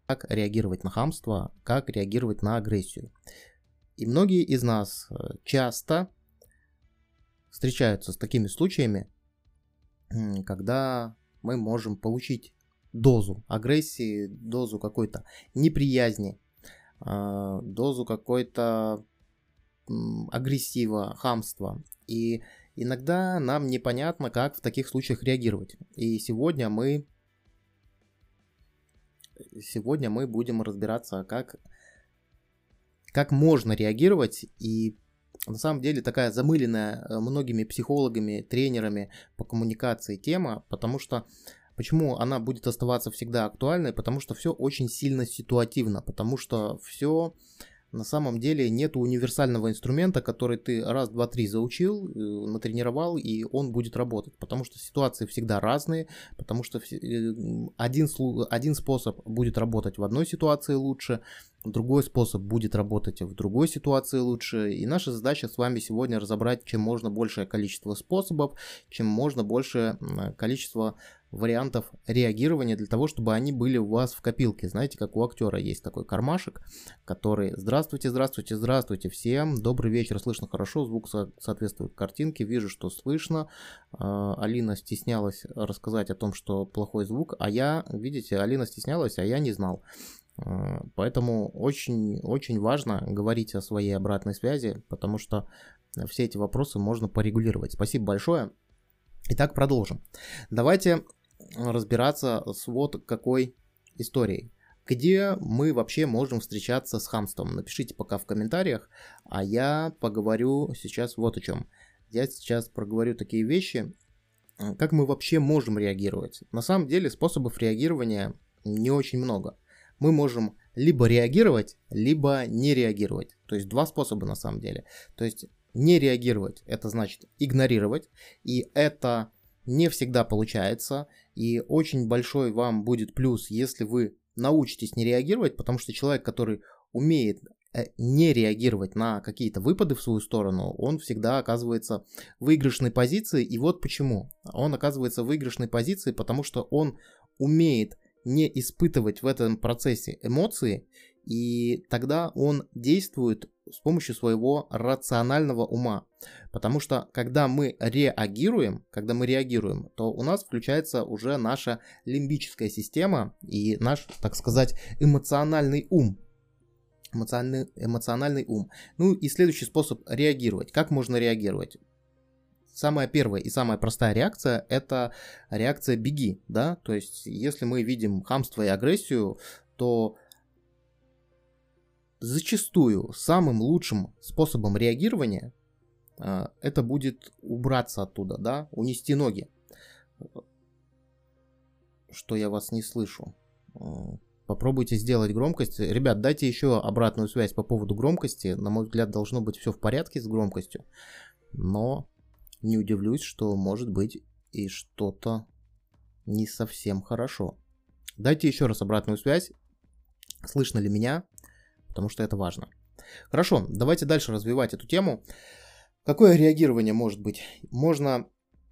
как реагировать на хамство, как реагировать на агрессию. И многие из нас часто встречаются с такими случаями, когда мы можем получить дозу агрессии, дозу какой-то неприязни, дозу какой-то агрессива, хамства. И иногда нам непонятно, как в таких случаях реагировать. И сегодня мы будем разбираться, как можно реагировать. И на самом деле такая замыленная многими психологами, тренерами по коммуникации тема, потому что почему она будет оставаться всегда актуальной? Потому что все очень сильно ситуативно, потому что все на самом деле нет универсального инструмента, который ты раз, два, три заучил, натренировал, и он будет работать. Потому что ситуации всегда разные, потому что один способ будет работать в одной ситуации лучше, другой способ будет работать в другой ситуации лучше. И наша задача с вами сегодня разобрать, чем можно большее количество способов, чем можно большее количество вариантов реагирования для того, чтобы они были у вас в копилке. Знаете, как у актера есть такой кармашек, который «Здравствуйте, здравствуйте, здравствуйте всем, добрый вечер, слышно хорошо, звук соответствует картинке, вижу, что слышно». Алина стеснялась рассказать о том, что плохой звук, видите, Алина стеснялась, а я не знал. Поэтому очень, очень важно говорить о своей обратной связи, потому что все эти вопросы можно порегулировать. Спасибо большое. Итак, продолжим. Давайте разбираться с вот какой историей. Где мы вообще можем встречаться с хамством? Напишите пока в комментариях, а я поговорю сейчас вот о чем. Я сейчас проговорю такие вещи, как мы вообще можем реагировать. На самом деле способов реагирования не очень много. Мы можем либо реагировать, либо не реагировать. То есть два способа на самом деле. То есть не реагировать, это значит игнорировать, и это не всегда получается, и очень большой вам будет плюс, если вы научитесь не реагировать, потому что человек, который умеет не реагировать на какие-то выпады в свою сторону, он всегда оказывается в выигрышной позиции, и вот почему. Он оказывается в выигрышной позиции, потому что он умеет не испытывать в этом процессе эмоции, и тогда он действует с помощью своего рационального ума. Потому что когда мы реагируем, то у нас включается уже наша лимбическая система и наш, так сказать, эмоциональный ум. Эмоциональный ум. Ну и следующий способ реагировать. Как можно реагировать? Самая первая и самая простая реакция – это реакция «беги», да, то есть если мы видим хамство и агрессию, то зачастую самым лучшим способом реагирования это будет убраться оттуда, да, унести ноги. Что я вас не слышу. Попробуйте сделать громкость. Ребят, дайте еще обратную связь по поводу громкости. На мой взгляд, должно быть все в порядке с громкостью, но не удивлюсь, что может быть и что-то не совсем хорошо. Дайте еще раз обратную связь, слышно ли меня, потому что это важно. Хорошо, давайте дальше развивать эту тему. Какое реагирование может быть? Можно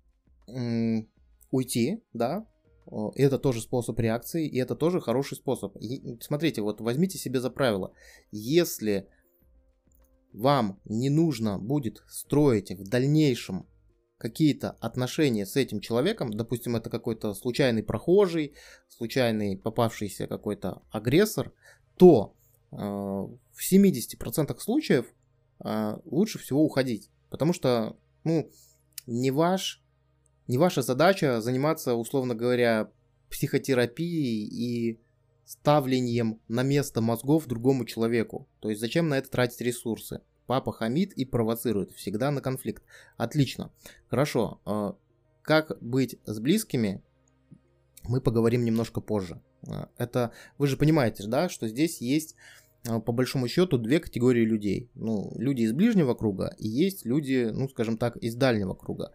уйти, да, это тоже способ реакции, и это тоже хороший способ. И, смотрите, вот возьмите себе за правило, если вам не нужно будет строить в дальнейшем какие-то отношения с этим человеком, допустим, это какой-то случайный прохожий, случайный попавшийся какой-то агрессор, то в 70% случаев лучше всего уходить. Потому что, не ваша задача заниматься, условно говоря, психотерапией и ставлением на место мозгов другому человеку. То есть зачем на это тратить ресурсы? Папа хамит и провоцирует, всегда на конфликт. Отлично. Хорошо. Как быть с близкими, мы поговорим немножко позже. Это вы же понимаете, да, что здесь есть по большому счету две категории людей. Люди из ближнего круга и есть люди, скажем так, из дальнего круга.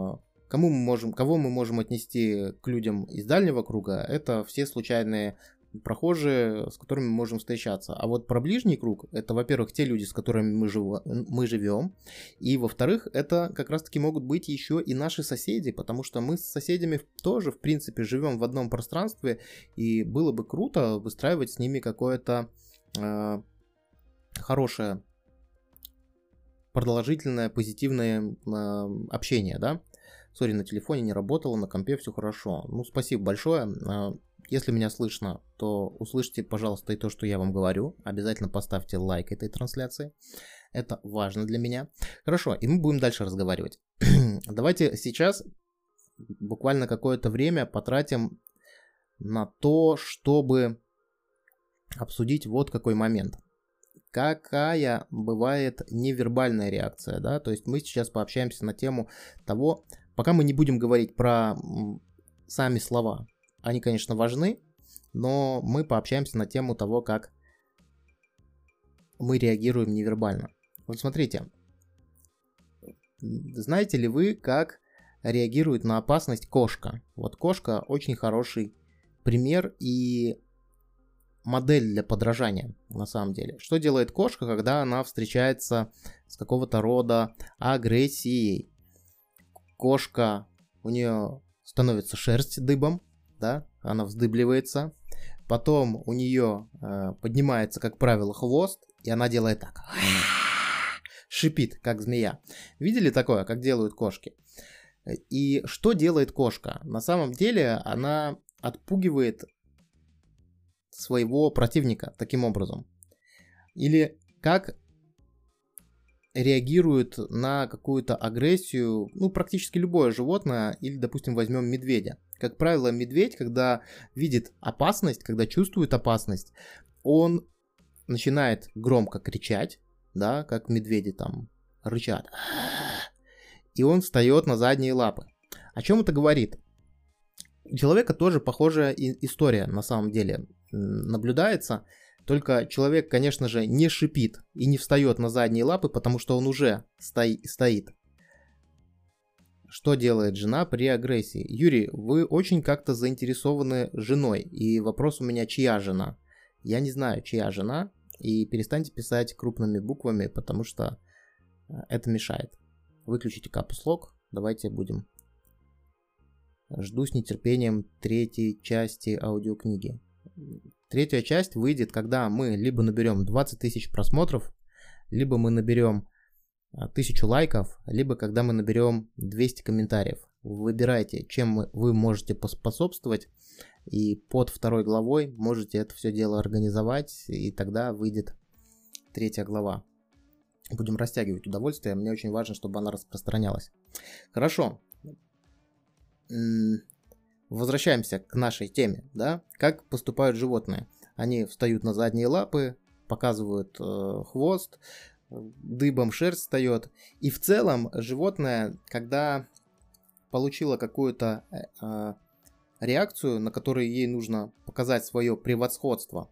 Кого мы можем отнести к людям из дальнего круга? Это все случайные прохожие, с которыми мы можем встречаться. А вот про ближний круг, это, во-первых, те люди, с которыми мы живем, и, во-вторых, это как раз-таки могут быть еще и наши соседи, потому что мы с соседями тоже, в принципе, живем в одном пространстве, и было бы круто выстраивать с ними какое-то хорошее, продолжительное, позитивное общение, да. Сори, на телефоне не работало, на компе все хорошо. Ну, спасибо большое. Если меня слышно, то услышьте, пожалуйста, и то, что я вам говорю. Обязательно поставьте лайк этой трансляции. Это важно для меня. Хорошо, и мы будем дальше разговаривать. Давайте сейчас буквально какое-то время потратим на то, чтобы обсудить вот какой момент. Какая бывает невербальная реакция, да? То есть мы сейчас пообщаемся на тему того, пока мы не будем говорить про сами слова. Они, конечно, важны, но мы пообщаемся на тему того, как мы реагируем невербально. Вот смотрите, знаете ли вы, как реагирует на опасность кошка? Вот кошка очень хороший пример и модель для подражания, на самом деле. Что делает кошка, когда она встречается с какого-то рода агрессией? Кошка, у нее становится шерсть дыбом, да, она вздыбливается, потом у нее поднимается, как правило, хвост, и она делает так, шипит, как змея. Видели такое, как делают кошки? И что делает кошка? На самом деле она отпугивает своего противника таким образом. Или как реагирует на какую-то агрессию, ну, практически любое животное, или, допустим, возьмем медведя. Как правило, медведь, когда видит опасность, когда чувствует опасность, он начинает громко кричать, да, как медведи там рычат, и он встает на задние лапы. О чем это говорит? У человека тоже похожая история на самом деле наблюдается, только человек, конечно же, не шипит и не встает на задние лапы, потому что он уже стоит. Что делает жена при агрессии? Юрий, вы очень как-то заинтересованы женой, и вопрос у меня, чья жена? Я не знаю, чья жена, и перестаньте писать крупными буквами, потому что это мешает. Выключите капслок, давайте будем. Жду с нетерпением третьей части аудиокниги. Третья часть выйдет, когда мы либо наберем 20 тысяч просмотров, либо мы наберем 1000 лайков, либо когда мы наберем 200 комментариев. Выбирайте, чем вы можете поспособствовать, и под второй главой можете это все дело организовать, и тогда выйдет третья глава. Будем растягивать удовольствие, мне очень важно, чтобы она распространялась. Хорошо. Возвращаемся к нашей теме, да? Как поступают животные? Они встают на задние лапы, показывают хвост, дыбом шерсть встает. И в целом животное, когда получило какую-то реакцию, на которой ей нужно показать свое превосходство,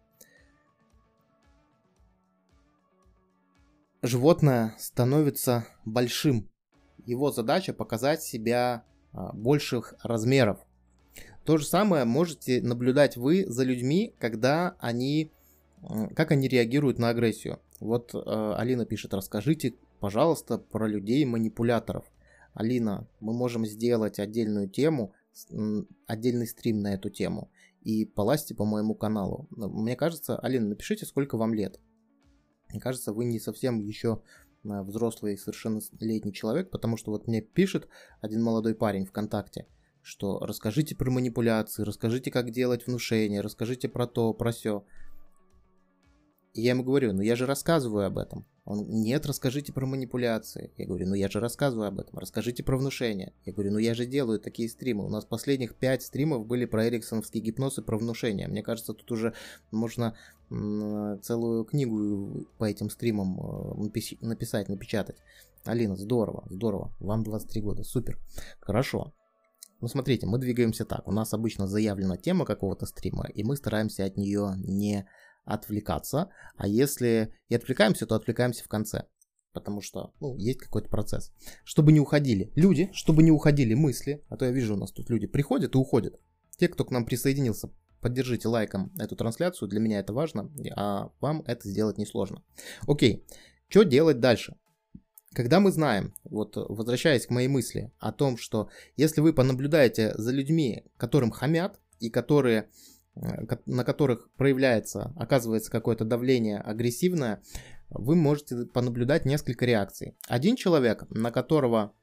животное становится большим. Его задача показать себя больших размеров. То же самое можете наблюдать вы за людьми, когда как они реагируют на агрессию. Вот Алина пишет, расскажите, пожалуйста, про людей-манипуляторов. Алина, мы можем сделать отдельную тему, отдельный стрим на эту тему и полазьте по моему каналу. Мне кажется, Алина, напишите, сколько вам лет. Мне кажется, вы не совсем еще взрослый, совершеннолетний человек, потому что вот мне пишет один молодой парень ВКонтакте, что расскажите про манипуляции, расскажите, как делать внушение, расскажите про то, про сё. И я ему говорю, ну я же рассказываю об этом. Он, нет, расскажите про манипуляции. Я говорю, ну я же рассказываю об этом. Расскажите про внушение. Я говорю, ну я же делаю такие стримы. У нас последних 5 стримов были про эриксоновский гипноз и про внушение. Мне кажется, тут уже можно целую книгу по этим стримам написать, напечатать. Алина, здорово, здорово. Вам 23 года, супер. Хорошо. Ну, смотрите, мы двигаемся так. У нас обычно заявлена тема какого-то стрима, и мы стараемся от нее не отвлекаться. А если и отвлекаемся, то отвлекаемся в конце. Потому что, есть какой-то процесс. Чтобы не уходили люди, чтобы не уходили мысли. А то я вижу, у нас тут люди приходят и уходят. Те, кто к нам присоединился поддержите лайком эту трансляцию, для меня это важно, а вам это сделать несложно. Окей, что делать дальше? Когда мы знаем, вот возвращаясь к моей мысли о том, что если вы понаблюдаете за людьми, которым хамят и на которых оказывается какое-то давление агрессивное, вы можете понаблюдать несколько реакций. Один человек, на которого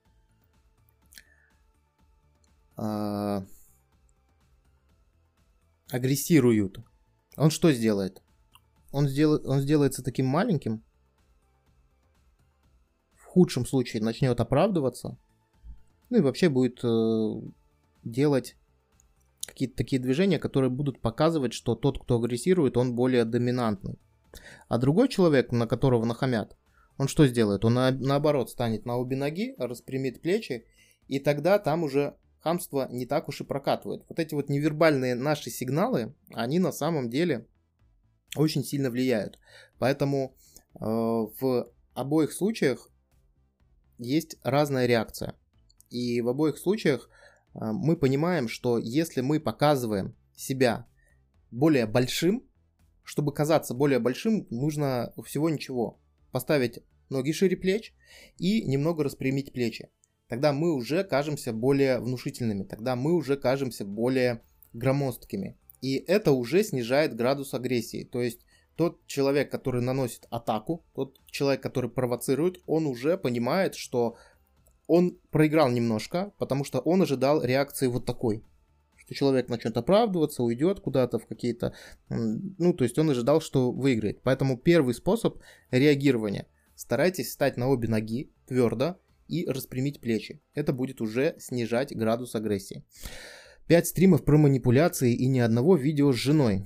агрессируют, он что сделает? Он сделается таким маленьким, в худшем случае начнет оправдываться, ну и вообще будет делать какие-то такие движения, которые будут показывать, что тот, кто агрессирует, он более доминантный. А другой человек, на которого нахамят, он что сделает? Он наоборот станет на обе ноги, распрямит плечи, и тогда там уже хамство не так уж и прокатывает. Вот эти вот невербальные наши сигналы, они на самом деле очень сильно влияют. Поэтому в обоих случаях есть разная реакция. И в обоих случаях мы понимаем, что если мы показываем себя более большим, чтобы казаться более большим, нужно всего ничего. Поставить ноги шире плеч и немного распрямить плечи. Тогда мы уже кажемся более внушительными, тогда мы уже кажемся более громоздкими. И это уже снижает градус агрессии. То есть тот человек, который наносит атаку, тот человек, который провоцирует, он уже понимает, что он проиграл немножко, потому что он ожидал реакции вот такой. Что человек начнет оправдываться, уйдет куда-то в какие-то... Ну, то есть он ожидал, что выиграет. Поэтому первый способ реагирования. Старайтесь встать на обе ноги твердо и распрямить плечи. Это будет уже снижать градус агрессии. 5 стримов про манипуляции и ни одного видео с женой.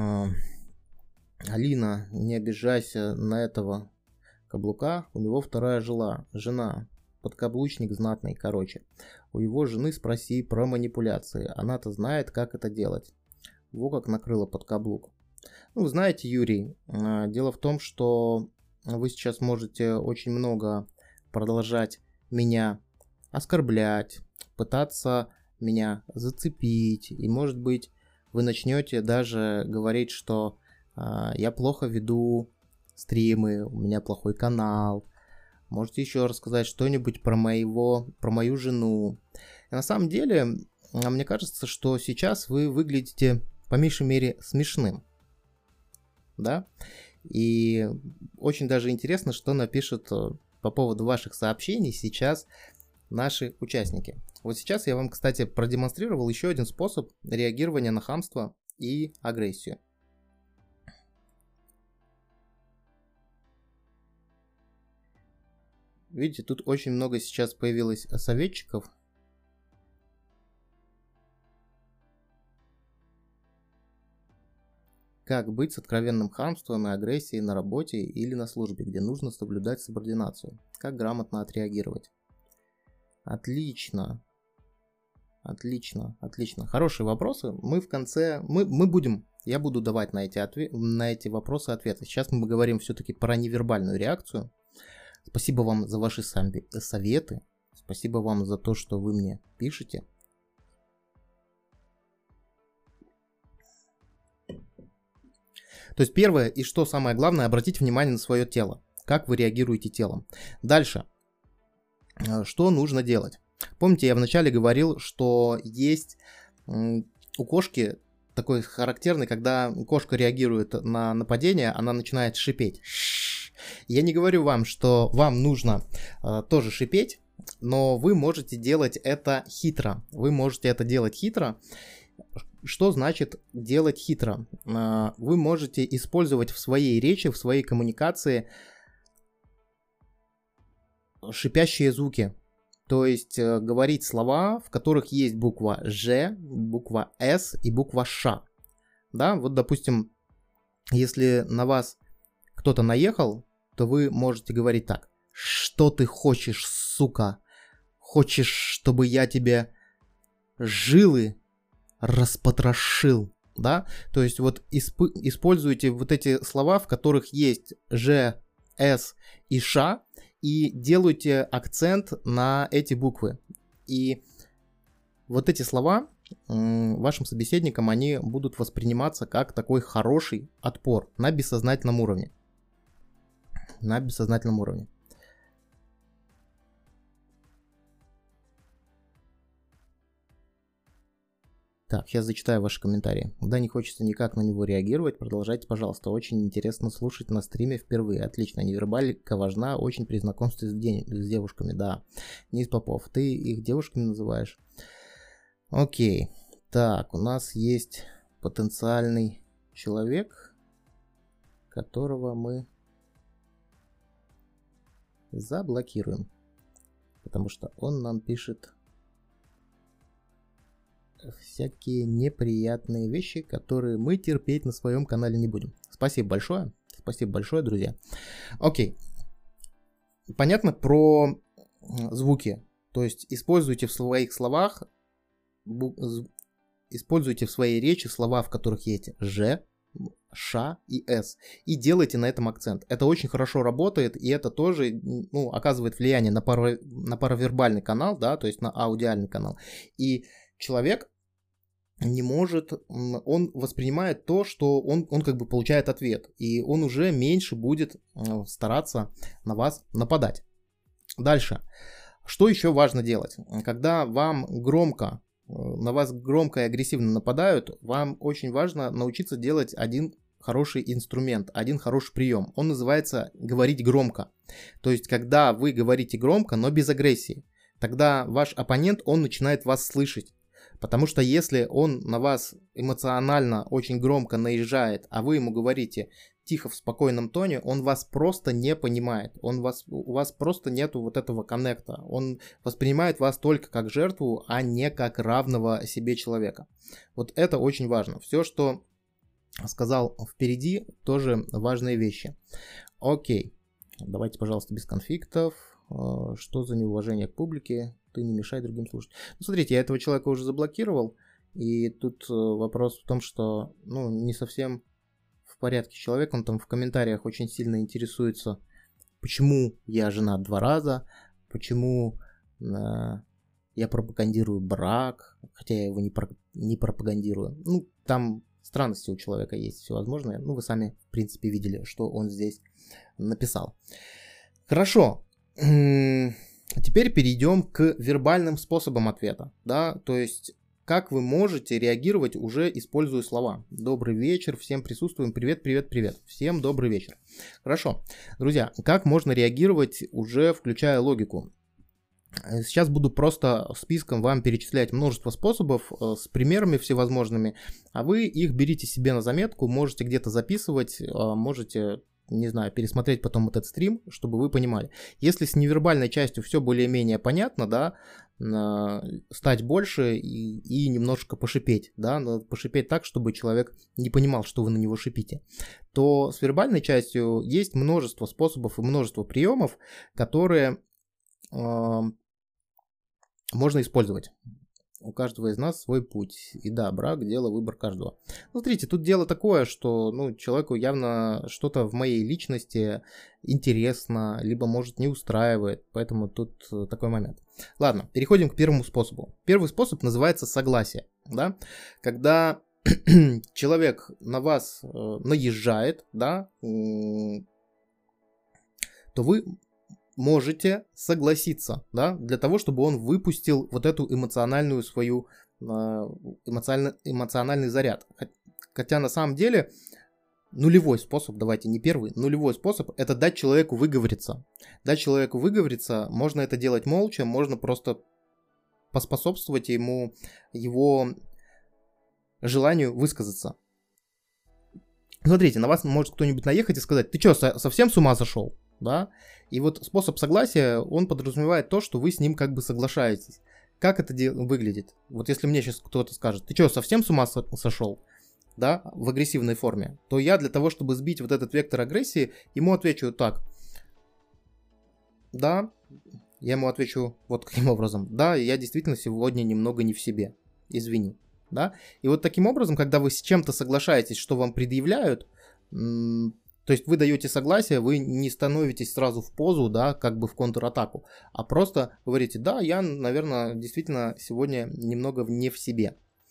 Алина, не обижайся на этого каблука. У него вторая жена. Подкаблучник знатный, короче. У его жены спроси про манипуляции. Она-то знает, как это делать. Во как накрыло под каблук. Ну, вы знаете, Юрий, дело в том, что вы сейчас можете очень много продолжать меня оскорблять, пытаться меня зацепить. И, может быть, вы начнете даже говорить, что я плохо веду стримы, у меня плохой канал. Можете еще рассказать что-нибудь про мою жену. И на самом деле, мне кажется, что сейчас вы выглядите по меньшей мере смешным. Да? И очень даже интересно, что напишут по поводу ваших сообщений сейчас наши участники. Вот сейчас я вам, кстати, продемонстрировал еще один способ реагирования на хамство и агрессию. Видите, тут очень много сейчас появилось советчиков. Как быть с откровенным хамством и агрессией на работе или на службе, где нужно соблюдать субординацию? Как грамотно отреагировать? Отлично. Хорошие вопросы. Мы в конце... Я буду давать на эти вопросы ответы. Сейчас мы говорим все-таки про невербальную реакцию. Спасибо вам за ваши советы. Спасибо вам за то, что вы мне пишете. То есть первое и что самое главное, обратите внимание на свое тело. Как вы реагируете телом. Дальше. Что нужно делать? Помните, я вначале говорил, что есть у кошки такой характерный, когда кошка реагирует на нападение, она начинает шипеть. Я не говорю вам, что вам нужно тоже шипеть, но вы можете делать это хитро. Что значит делать хитро? Вы можете использовать в своей речи, в своей коммуникации шипящие звуки. То есть говорить слова, в которых есть буква Ж, буква С и буква Ш. Да, вот допустим, если на вас кто-то наехал, то вы можете говорить так. Что ты хочешь, сука? Хочешь, чтобы я тебе жилы распотрошил? Да? То есть вот используйте вот эти слова, в которых есть Ж, С и Ш, и делайте акцент на эти буквы. И вот эти слова вашим собеседником они будут восприниматься как такой хороший отпор на бессознательном уровне. На бессознательном уровне. Так, сейчас зачитаю ваши комментарии. Да, не хочется никак на него реагировать, продолжайте, пожалуйста. Очень интересно слушать на стриме впервые. Отлично, невербалика важна очень при знакомстве с девушками, да. Низ Попов, ты их девушками называешь? Окей, так, у нас есть потенциальный человек, которого мы заблокируем, потому что он нам пишет всякие неприятные вещи, которые мы терпеть на своем канале не будем. Спасибо большое, друзья. Окей, понятно про звуки, то есть используйте в своих словах, используйте в своей речи слова, в которых есть «ж», «ш» и «с», и делайте на этом акцент. Это очень хорошо работает, и это тоже, ну, оказывает влияние на паравербальный канал, да, то есть на аудиальный канал. И человек не может, он воспринимает то, что он как бы получает ответ, и он уже меньше будет стараться на вас нападать. Дальше. Что еще важно делать? Когда вам на вас громко и агрессивно нападают, вам очень важно научиться делать один хороший инструмент, один хороший прием. Он называется говорить громко. То есть, когда вы говорите громко, но без агрессии, тогда ваш оппонент, он начинает вас слышать. Потому что если он на вас эмоционально очень громко наезжает, а вы ему говорите тихо в спокойном тоне, он вас просто не понимает. У вас просто нету вот этого коннекта. Он воспринимает вас только как жертву, а не как равного себе человека. Вот это очень важно. Все, что сказал впереди, тоже важные вещи. Окей. Давайте, пожалуйста, без конфликтов. Что за неуважение к публике? Ты не мешай другим слушать. Ну, смотрите, я этого человека уже заблокировал. И тут вопрос в том, что, ну, не совсем в порядке человек. Он там в комментариях очень сильно интересуется, почему я женат 2 раза, почему я пропагандирую брак, хотя я его не пропагандирую. Ну, там странности у человека есть всевозможные. Ну, вы сами, в принципе, видели, что он здесь написал. Хорошо. Теперь перейдем к вербальным способам ответа, да, то есть как вы можете реагировать, уже используя слова. Добрый вечер, всем присутствуем, привет, привет, привет, всем добрый вечер. Хорошо, друзья, как можно реагировать, уже включая логику? Сейчас буду просто списком вам перечислять множество способов с примерами всевозможными, а вы их берите себе на заметку, можете где-то записывать, можете, не знаю, пересмотреть потом этот стрим, чтобы вы понимали. Если с невербальной частью все более-менее понятно, да, стать больше и немножко пошипеть, да, пошипеть так, чтобы человек не понимал, что вы на него шипите, то с вербальной частью есть множество способов и множество приемов, которые можно использовать. У каждого из нас свой путь. И да, брак – дело, выбор каждого. Ну, смотрите, тут дело такое, что, ну, человеку явно что-то в моей личности интересно, либо, может, не устраивает. Поэтому тут такой момент. Ладно, переходим к первому способу. Первый способ называется согласие. Да? Когда человек на вас наезжает, да, то вы можете согласиться, да, для того, чтобы он выпустил вот эту эмоциональную свою, эмоциональный заряд. Хотя на самом деле нулевой способ, давайте не первый, нулевой способ — это дать человеку выговориться. Дать человеку выговориться, можно это делать молча, можно просто поспособствовать ему, его желанию высказаться. Смотрите, на вас может кто-нибудь наехать и сказать: ты что, совсем с ума сошел? Да? И вот способ согласия, он подразумевает то, что вы с ним как бы соглашаетесь. Как это выглядит? Вот если мне сейчас кто-то скажет: ты что, совсем с ума сошел? Да, в агрессивной форме, то я для того, чтобы сбить вот этот вектор агрессии, ему отвечу так. Да, я ему отвечу вот каким образом. Да, я действительно сегодня немного не в себе. Извини. Да? И вот таким образом, когда вы с чем-то соглашаетесь, что вам предъявляют, то есть вы даете согласие, вы не становитесь сразу в позу, да, как бы в контратаку, а просто говорите: да, я, наверное, действительно сегодня немного не в себе.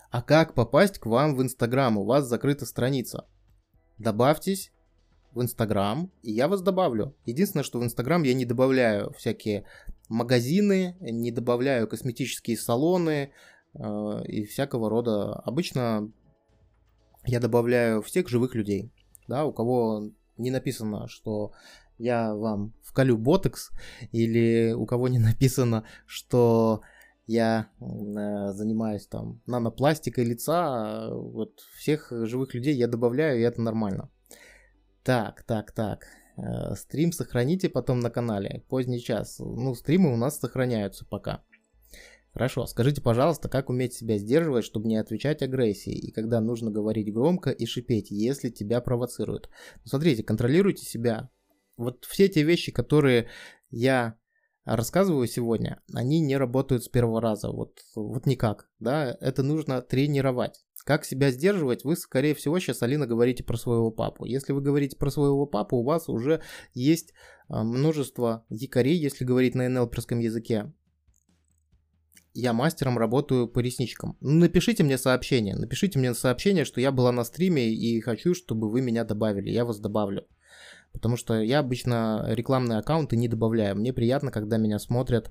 А как попасть к вам в Инстаграм? У вас закрыта страница. Добавьтесь в Инстаграм, и я вас добавлю. Единственное, что в Инстаграм я не добавляю всякие магазины, не добавляю косметические салоны и всякого рода. Обычно я добавляю всех живых людей, да, у кого не написано, что я вам вколю ботокс, или у кого не написано, что я занимаюсь там нанопластикой лица, вот всех живых людей я добавляю, и это нормально. Так. Стрим сохраните потом на канале. Поздний час. Ну, стримы у нас сохраняются пока. Хорошо, скажите, пожалуйста, как уметь себя сдерживать, чтобы не отвечать агрессией, и когда нужно говорить громко и шипеть, если тебя провоцируют. Смотрите, контролируйте себя. Вот все те вещи, которые я рассказываю сегодня, они не работают с первого раза. Вот никак, да, это нужно тренировать. Как себя сдерживать, вы, скорее всего, сейчас, Алина, говорите про своего папу. Если вы говорите про своего папу, у вас уже есть множество якорей, если говорить на НЛПерском языке. Я мастером работаю по ресничкам. Напишите мне сообщение, что я была на стриме и хочу, чтобы вы меня добавили. Я вас добавлю. Потому что я обычно рекламные аккаунты не добавляю. Мне приятно, когда меня смотрят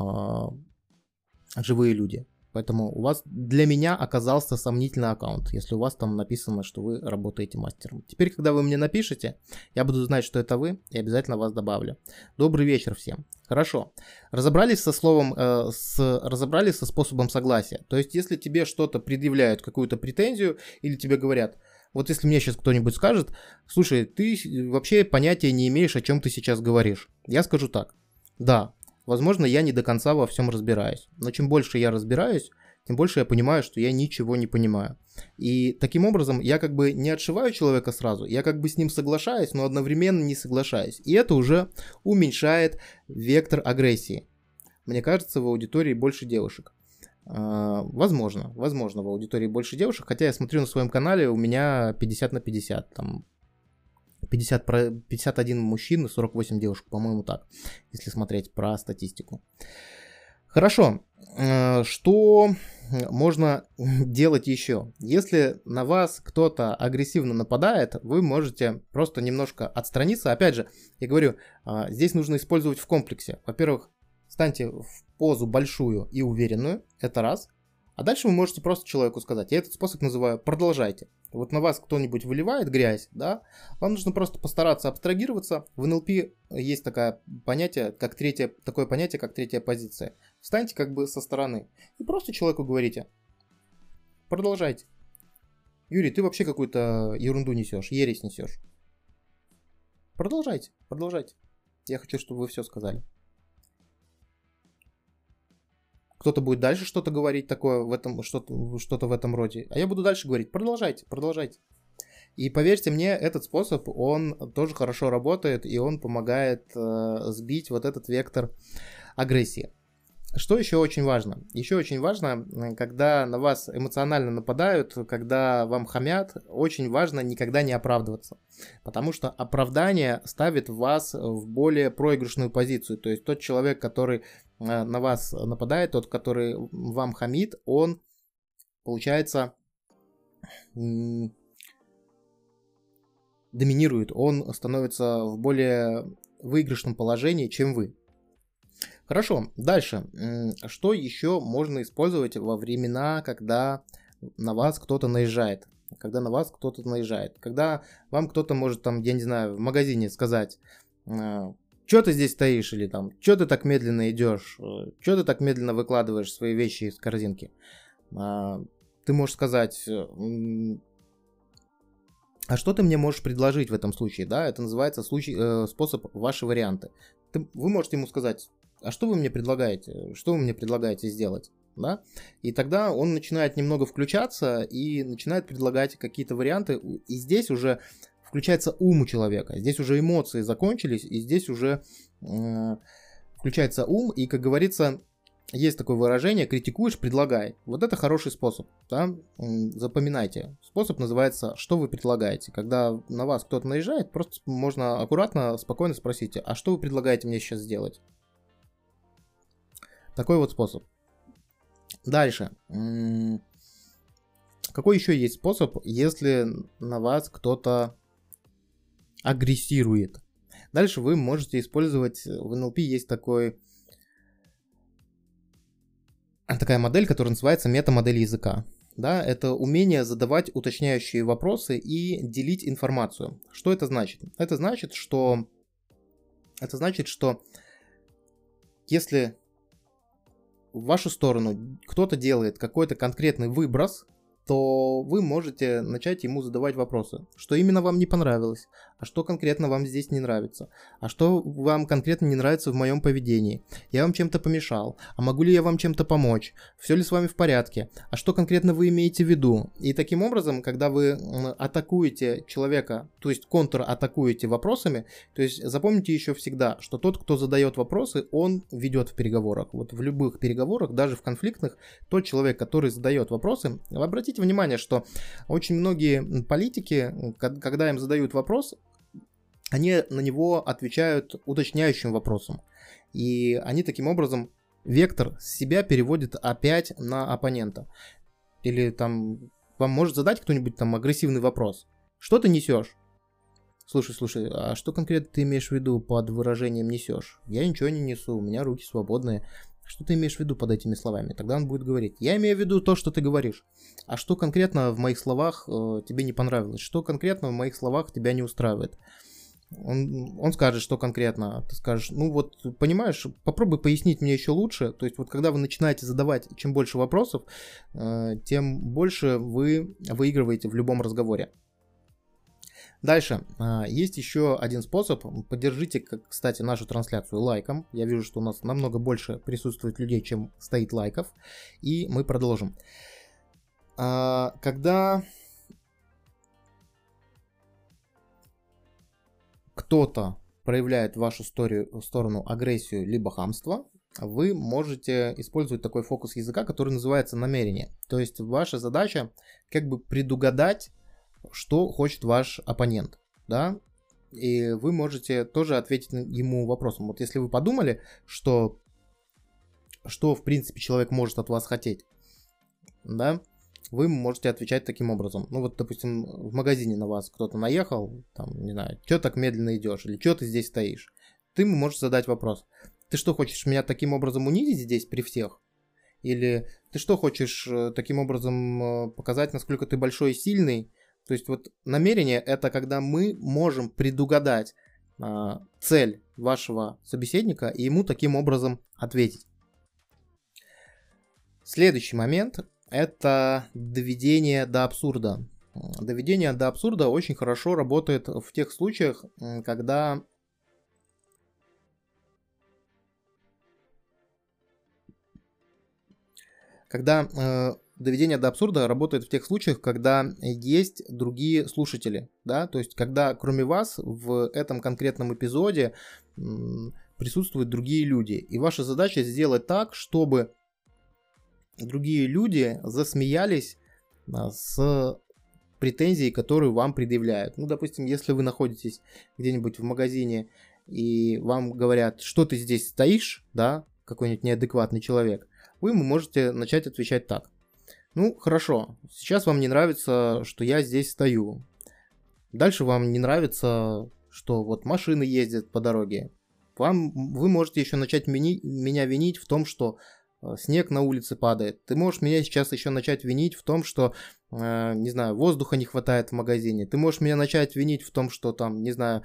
живые люди. Поэтому у вас для меня оказался сомнительный аккаунт, если у вас там написано, что вы работаете мастером. Теперь, когда вы мне напишете, я буду знать, что это вы, и обязательно вас добавлю. Добрый вечер всем. Хорошо. Разобрались со словом, разобрались со способом согласия. То есть, если тебе что-то предъявляют, какую-то претензию, или тебе говорят, вот если мне сейчас кто-нибудь скажет, слушай, ты вообще понятия не имеешь, о чем ты сейчас говоришь. Я скажу так. Да. Возможно, я не до конца во всем разбираюсь. Но чем больше я разбираюсь, тем больше я понимаю, что я ничего не понимаю. И таким образом я как бы не отшиваю человека сразу, я как бы с ним соглашаюсь, но одновременно не соглашаюсь. И это уже уменьшает вектор агрессии. Мне кажется, в аудитории больше девушек. Возможно, в аудитории больше девушек, хотя я смотрю на своем канале, у меня 50 на 50, там 51 мужчин и 48 девушек, по-моему, так, если смотреть про статистику. Хорошо, что можно делать еще? Если на вас кто-то агрессивно нападает, вы можете просто немножко отстраниться. Опять же, я говорю, здесь нужно использовать в комплексе. Во-первых, станьте в позу большую и уверенную, это раз. А дальше вы можете просто человеку сказать, я этот способ называю «продолжайте». Вот на вас кто-нибудь выливает грязь, да, вам нужно просто постараться абстрагироваться. В НЛП есть такое понятие, как третья позиция. Встаньте как бы со стороны и просто человеку говорите «продолжайте». Юрий, ты вообще какую-то ерунду несешь, ересь несешь. Продолжайте. Я хочу, чтобы вы все сказали. Кто-то будет дальше что-то говорить такое, что-то в этом роде. А я буду дальше говорить, продолжайте. И поверьте мне, этот способ, он тоже хорошо работает, и он помогает сбить вот этот вектор агрессии. Что еще очень важно? Еще очень важно, когда на вас эмоционально нападают, когда вам хамят, очень важно никогда не оправдываться. Потому что оправдание ставит вас в более проигрышную позицию. То есть тот человек, который на вас нападает, тот, который вам хамит, он, получается, доминирует. Он становится в более выигрышном положении, чем вы. Хорошо, дальше. Что еще можно использовать во времена, когда на вас кто-то наезжает? Когда вам кто-то может там, я не знаю, в магазине сказать, что ты здесь стоишь, или там, что ты так медленно идешь, что ты так медленно выкладываешь свои вещи из корзинки. Ты можешь сказать, а что ты мне можешь предложить в этом случае? Да, это называется способ «ваши варианты». Вы можете ему сказать, а что вы мне предлагаете? Что вы мне предлагаете сделать? Да? И тогда он начинает немного включаться и начинает предлагать какие-то варианты. И здесь уже включается ум у человека. Здесь уже эмоции закончились, и здесь уже включается ум. И, как говорится, есть такое выражение «критикуешь, предлагай». Вот это хороший способ. Да? Запоминайте. Способ называется «что вы предлагаете?». Когда на вас кто-то наезжает, просто можно аккуратно, спокойно спросить, а что вы предлагаете мне сейчас сделать? Такой вот способ. Дальше. Какой еще есть способ, если на вас кто-то агрессирует? Дальше вы можете использовать, в НЛП есть такая модель, которая называется метамодель языка. Да, это умение задавать уточняющие вопросы и делить информацию. Что это значит? Это значит, что если в вашу сторону кто-то делает какой-то конкретный выброс, то вы можете начать ему задавать вопросы. Что именно вам не понравилось? А что конкретно вам здесь не нравится? А что вам конкретно не нравится в моем поведении? Я вам чем-то помешал? А могу ли я вам чем-то помочь? Все ли с вами в порядке? А что конкретно вы имеете в виду? И таким образом, когда вы атакуете человека, то есть контратакуете вопросами, то есть запомните еще всегда, что тот, кто задает вопросы, он ведет в переговорах. Вот в любых переговорах, даже в конфликтных, тот человек, который задает вопросы, обратите внимание, что очень многие политики, когда им задают вопрос, они на него отвечают уточняющим вопросом. И они таким образом вектор с себя переводят опять на оппонента. Или там вам может задать кто-нибудь там агрессивный вопрос. Что ты несешь? Слушай, а что конкретно ты имеешь в виду под выражением несешь? Я ничего не несу, у меня руки свободные. Что ты имеешь в виду под этими словами? Тогда он будет говорить: я имею в виду то, что ты говоришь. А что конкретно в моих словах тебе не понравилось? Что конкретно в моих словах тебя не устраивает? Он скажет, что конкретно. Ты скажешь: ну вот, понимаешь, попробуй пояснить мне еще лучше. То есть вот когда вы начинаете задавать чем больше вопросов, тем больше вы выигрываете в любом разговоре. Дальше, есть еще один способ. Поддержите, кстати, нашу трансляцию лайком. Я вижу, что у нас намного больше присутствует людей, чем стоит лайков. И мы продолжим. Когда кто-то проявляет в вашу сторону агрессию либо хамство, вы можете использовать такой фокус языка, который называется намерение. То есть ваша задача как бы предугадать, что хочет ваш оппонент, да, и вы можете тоже ответить ему вопросом. Вот если вы подумали, что в принципе человек может от вас хотеть, да, вы можете отвечать таким образом. Ну вот, допустим, в магазине на вас кто-то наехал, там, не знаю, что так медленно идешь, или что ты здесь стоишь. Ты ему можешь задать вопрос: ты что, хочешь меня таким образом унизить здесь при всех? Или ты что, хочешь таким образом показать, насколько ты большой и сильный? То есть вот намерение — это когда мы можем предугадать цель вашего собеседника и ему таким образом ответить. Следующий момент — это доведение до абсурда. Доведение до абсурда очень хорошо работает в тех случаях, когда доведение до абсурда работает в тех случаях, когда есть другие слушатели, да, то есть когда кроме вас в этом конкретном эпизоде присутствуют другие люди, и ваша задача сделать так, чтобы другие люди засмеялись с претензией, которую вам предъявляют. Ну, допустим, если вы находитесь где-нибудь в магазине и вам говорят: что ты здесь стоишь, да, какой-нибудь неадекватный человек, вы можете начать отвечать так: ну, хорошо, сейчас вам не нравится, что я здесь стою. Дальше вам не нравится, что вот машины ездят по дороге. Вы можете еще начать меня винить в том, что снег на улице падает. Ты можешь меня сейчас еще начать винить в том, что, не знаю, воздуха не хватает в магазине. Ты можешь меня начать винить в том, что там, не знаю,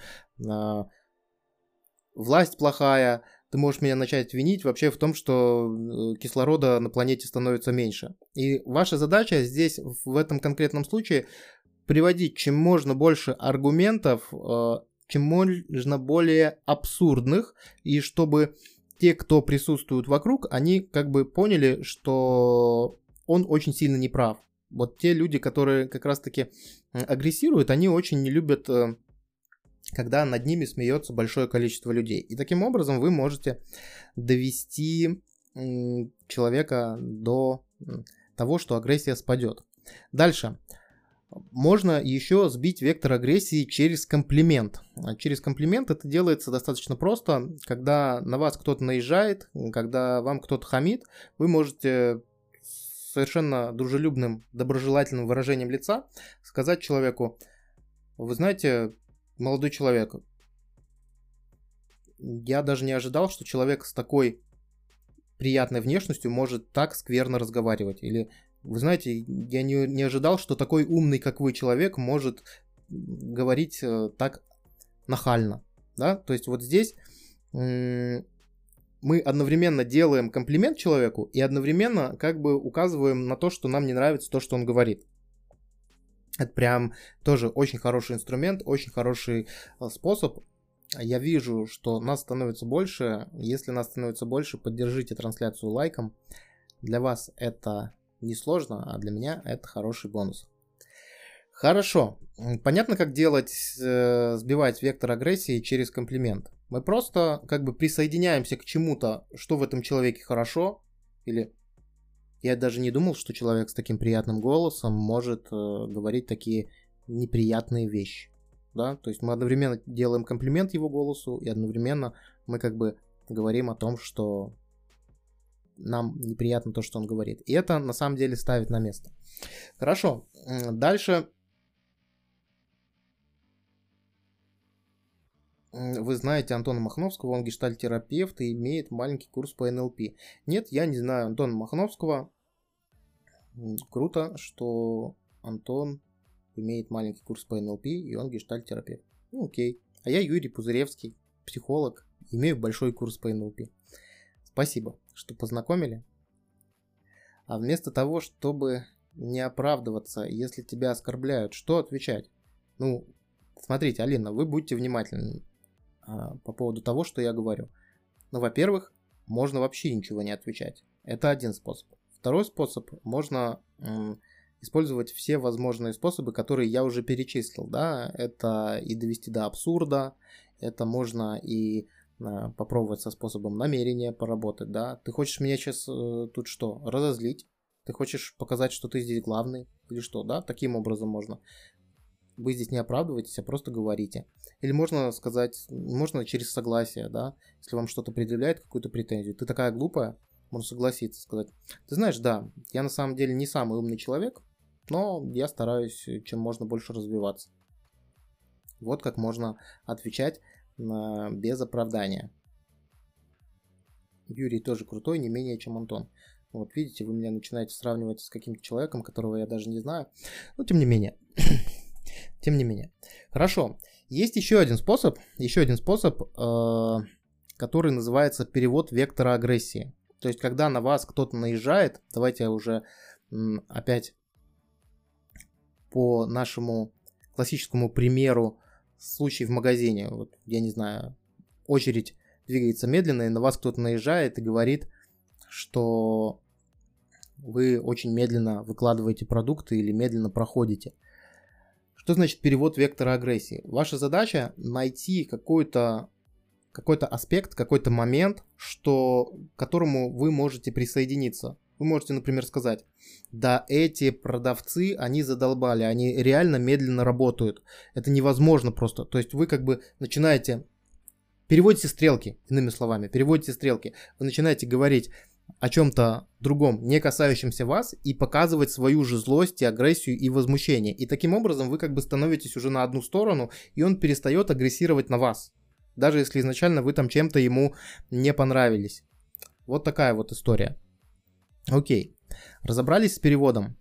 власть плохая. Ты можешь меня начать винить вообще в том, что кислорода на планете становится меньше. И ваша задача здесь, в этом конкретном случае, приводить чем можно больше аргументов, чем можно более абсурдных, и чтобы те, кто присутствует вокруг, они как бы поняли, что он очень сильно неправ. Вот те люди, которые как раз-таки агрессируют, они очень не любят, когда над ними смеется большое количество людей. И таким образом вы можете довести человека до того, что агрессия спадет. Дальше. Можно еще сбить вектор агрессии через комплимент. Через комплимент это делается достаточно просто. Когда на вас кто-то наезжает, когда вам кто-то хамит, вы можете совершенно дружелюбным, доброжелательным выражением лица сказать человеку: вы знаете, молодой человек, я даже не ожидал, что человек с такой приятной внешностью может так скверно разговаривать. Или, вы знаете, я не ожидал, что такой умный, как вы, человек может говорить так нахально. Да? То есть вот здесь мы одновременно делаем комплимент человеку и одновременно как бы указываем на то, что нам не нравится то, что он говорит. Это прям тоже очень хороший инструмент, очень хороший способ. Я вижу, что нас становится больше. Если нас становится больше, поддержите трансляцию лайком. Для вас это несложно, а для меня это хороший бонус. Хорошо. Понятно, как делать, сбивать вектор агрессии через комплимент. Мы просто как бы присоединяемся к чему-то, что в этом человеке хорошо. Или я даже не думал, что человек с таким приятным голосом может говорить такие неприятные вещи. Да? То есть мы одновременно делаем комплимент его голосу, и одновременно мы как бы говорим о том, что нам неприятно то, что он говорит. И это на самом деле ставит на место. Хорошо. Дальше. Вы знаете Антона Махновского, он гештальт-терапевт и имеет маленький курс по НЛП. Нет, я не знаю Антона Махновского. Круто, что Антон имеет маленький курс по НЛП, и он гештальт-терапевт. Ну, окей. А я Юрий Пузыревский, психолог, имею большой курс по НЛП. Спасибо, что познакомили. А вместо того, чтобы не оправдываться, если тебя оскорбляют, что отвечать? Ну, смотрите, Алина, вы будьте внимательны по поводу того, что я говорю. Ну, во-первых, можно вообще ничего не отвечать. Это один способ. Второй способ, можно использовать все возможные способы, которые я уже перечислил. Да? Это и довести до абсурда, это можно и попробовать со способом намерения поработать. Да? Ты хочешь меня сейчас тут что, разозлить? Ты хочешь показать, что ты здесь главный? Или что? Да? Таким образом можно. Вы здесь не оправдываетесь, а просто говорите. Или можно сказать, можно через согласие, да, если вам что-то предъявляет, какую-то претензию. Ты такая глупая, можно согласиться, сказать. Ты знаешь, да, я на самом деле не самый умный человек, но я стараюсь чем можно больше развиваться. Вот как можно отвечать без оправдания. Юрий тоже крутой, не менее, чем Антон. Вот видите, вы меня начинаете сравнивать с каким-то человеком, которого я даже не знаю. Но тем не менее. Тем не менее. Хорошо. Есть еще один способ, который называется перевод вектора агрессии. То есть, когда на вас кто-то наезжает, давайте я уже опять по нашему классическому примеру случай в магазине. Вот, я не знаю, очередь двигается медленно, и на вас кто-то наезжает и говорит, что вы очень медленно выкладываете продукты или медленно проходите. Что значит перевод вектора агрессии? Ваша задача найти какой-то аспект, какой-то момент, к которому вы можете присоединиться. Вы можете, например, сказать: да, эти продавцы, они задолбали, они реально медленно работают. Это невозможно просто. То есть вы как бы начинаете, переводите стрелки, иными словами, Вы начинаете говорить о чем-то другом, не касающемся вас, и показывать свою же злость и агрессию и возмущение. И таким образом вы как бы становитесь уже на одну сторону, и он перестает агрессировать на вас. Даже если изначально вы там чем-то ему не понравились. Вот такая вот история. Окей. Разобрались с переводом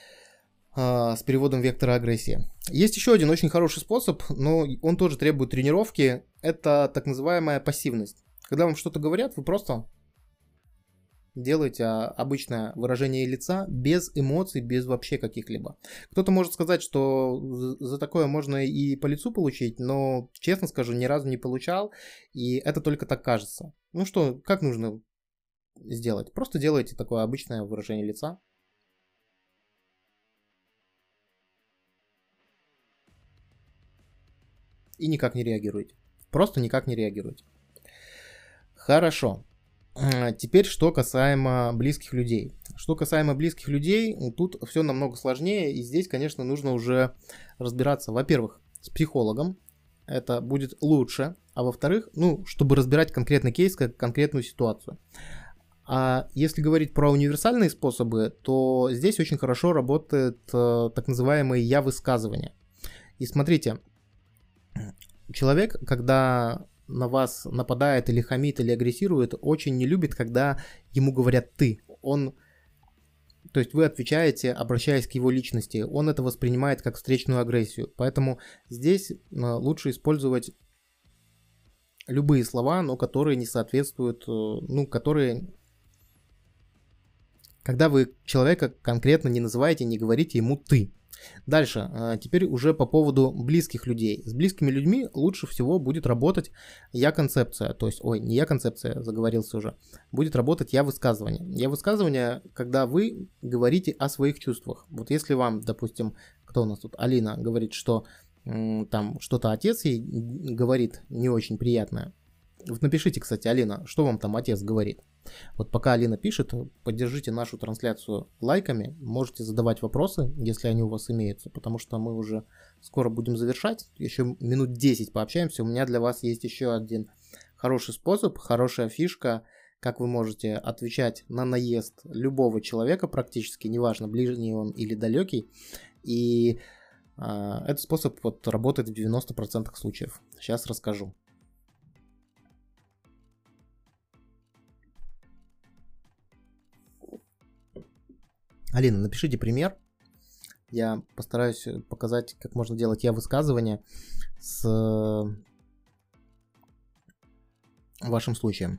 вектора агрессии. Есть еще один очень хороший способ, но он тоже требует тренировки. Это так называемая пассивность. Когда вам что-то говорят, вы просто делайте обычное выражение лица без эмоций, без вообще каких-либо. Кто-то может сказать, что за такое можно и по лицу получить, но, честно скажу, ни разу не получал, и это только так кажется. Ну что, как нужно сделать? Просто делайте такое обычное выражение лица. И никак не реагируйте. Просто никак не реагируйте. Хорошо. Теперь, что касаемо близких людей. Тут все намного сложнее, и здесь, конечно, нужно уже разбираться, во-первых, с психологом, это будет лучше, а во-вторых, чтобы разбирать конкретный кейс, конкретную ситуацию. А если говорить про универсальные способы, то здесь очень хорошо работает так называемые «я-высказывания». И смотрите, человек, когда на вас нападает или хамит, или агрессирует, очень не любит, когда ему говорят «ты». То есть вы отвечаете, обращаясь к его личности. Он это воспринимает как встречную агрессию. Поэтому здесь лучше использовать любые слова, но которые не соответствуют, когда вы человека конкретно не называете, не говорите ему «ты». Дальше, теперь уже по поводу близких людей. С близкими людьми лучше всего будет работать я-концепция, то есть, не я-концепция, заговорился уже, будет работать я-высказывание. Я-высказывание, когда вы говорите о своих чувствах. Вот если вам, допустим, кто у нас тут, Алина, говорит, что там что-то отец ей говорит не очень приятное. Вот напишите, кстати, Алина, что вам там отец говорит. Вот пока Алина пишет, поддержите нашу трансляцию лайками, можете задавать вопросы, если они у вас имеются, потому что мы уже скоро будем завершать, еще минут 10 пообщаемся. У меня для вас есть еще один хороший способ, хорошая фишка, как вы можете отвечать на наезд любого человека практически, неважно, ближний он или далекий, и этот способ вот работает в 90% случаев. Сейчас расскажу. Алина, напишите пример. Я постараюсь показать, как можно делать я-высказывание с вашим случаем.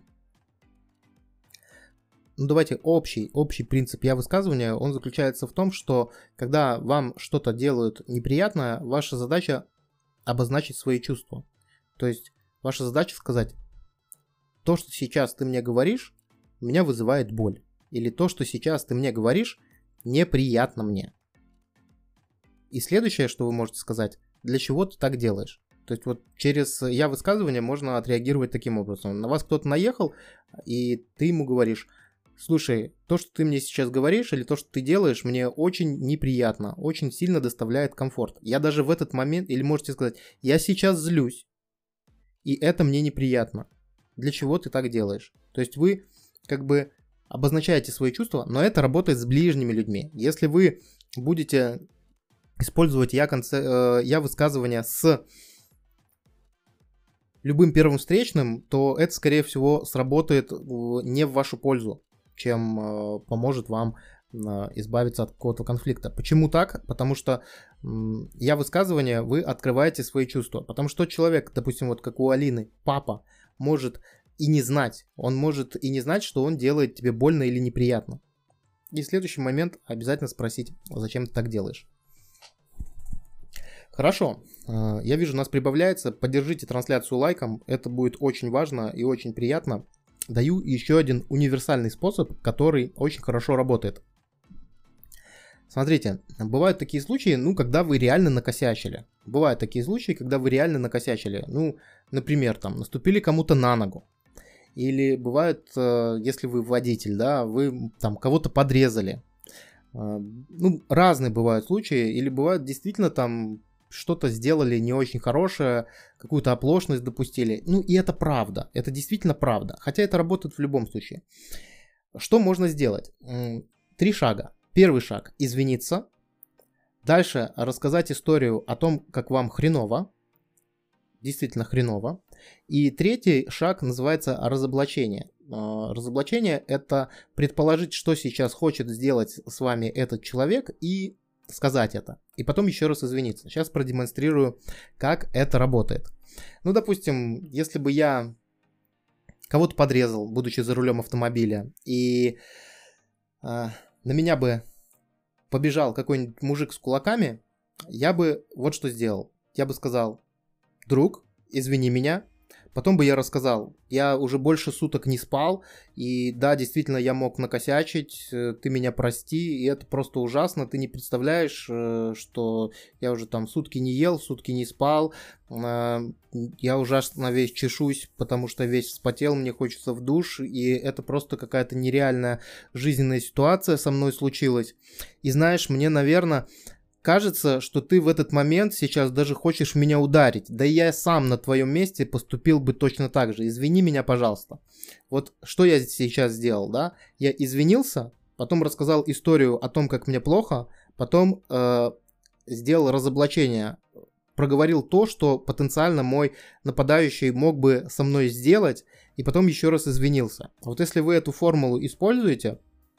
Ну, давайте общий принцип я-высказывания, он заключается в том, что когда вам что-то делают неприятное, ваша задача обозначить свои чувства. То есть ваша задача сказать: то, что сейчас ты мне говоришь, меня вызывает боль. Или то, что сейчас ты мне говоришь, неприятно мне. И следующее, что вы можете сказать: для чего ты так делаешь? То есть вот через я-высказывание можно отреагировать таким образом. На вас кто-то наехал, и ты ему говоришь: слушай, то, что ты мне сейчас говоришь, или то, что ты делаешь, мне очень неприятно, очень сильно доставляет комфорт. Я даже в этот момент, или можете сказать: я сейчас злюсь, и это мне неприятно. Для чего ты так делаешь? То есть вы как бы обозначаете свои чувства, но это работает с ближними людьми. Если вы будете использовать я-высказывание с любым первым встречным, то это, скорее всего, сработает не в вашу пользу, чем поможет вам избавиться от какого-то конфликта. Почему так? Потому что я-высказывание, вы открываете свои чувства. Потому что человек, допустим, вот как у Алины, папа, может и не знать. Он может и не знать, что он делает тебе больно или неприятно. И в следующий момент обязательно спросить: зачем ты так делаешь? Хорошо. Я вижу, нас прибавляется. Поддержите трансляцию лайком. Это будет очень важно и очень приятно. Даю еще один универсальный способ, который очень хорошо работает. Смотрите, бывают такие случаи, когда вы реально накосячили. Бывают такие случаи, когда вы реально накосячили. Например, наступили кому-то на ногу. Или бывает, если вы водитель, да, вы там кого-то подрезали. Разные бывают случаи. Или бывает действительно там что-то сделали не очень хорошее, какую-то оплошность допустили. И это правда. Это действительно правда. Хотя это работает в любом случае. Что можно сделать? 3 шага. Первый шаг – извиниться. Дальше рассказать историю о том, как вам хреново. Действительно хреново. И третий шаг называется разоблачение. Разоблачение – это предположить, что сейчас хочет сделать с вами этот человек, и сказать это. И потом еще раз извиниться. Сейчас продемонстрирую, как это работает. Допустим, если бы я кого-то подрезал, будучи за рулем автомобиля, и на меня бы побежал какой-нибудь мужик с кулаками, я бы вот что сделал. Я бы сказал: друг, извини меня. Потом бы я рассказал: я уже больше суток не спал, и да, действительно, я мог накосячить, ты меня прости, и это просто ужасно, ты не представляешь, что я уже там сутки не ел, сутки не спал, я ужасно весь чешусь, потому что весь вспотел, мне хочется в душ, и это просто какая-то нереальная жизненная ситуация со мной случилась. И знаешь, мне, наверное, кажется, что ты в этот момент сейчас даже хочешь меня ударить. Да я сам на твоем месте поступил бы точно так же. Извини меня, пожалуйста. Вот что я сейчас сделал, да? Я извинился, потом рассказал историю о том, как мне плохо, потом сделал разоблачение, проговорил то, что потенциально мой нападающий мог бы со мной сделать, и потом еще раз извинился. Вот если вы эту формулу используете,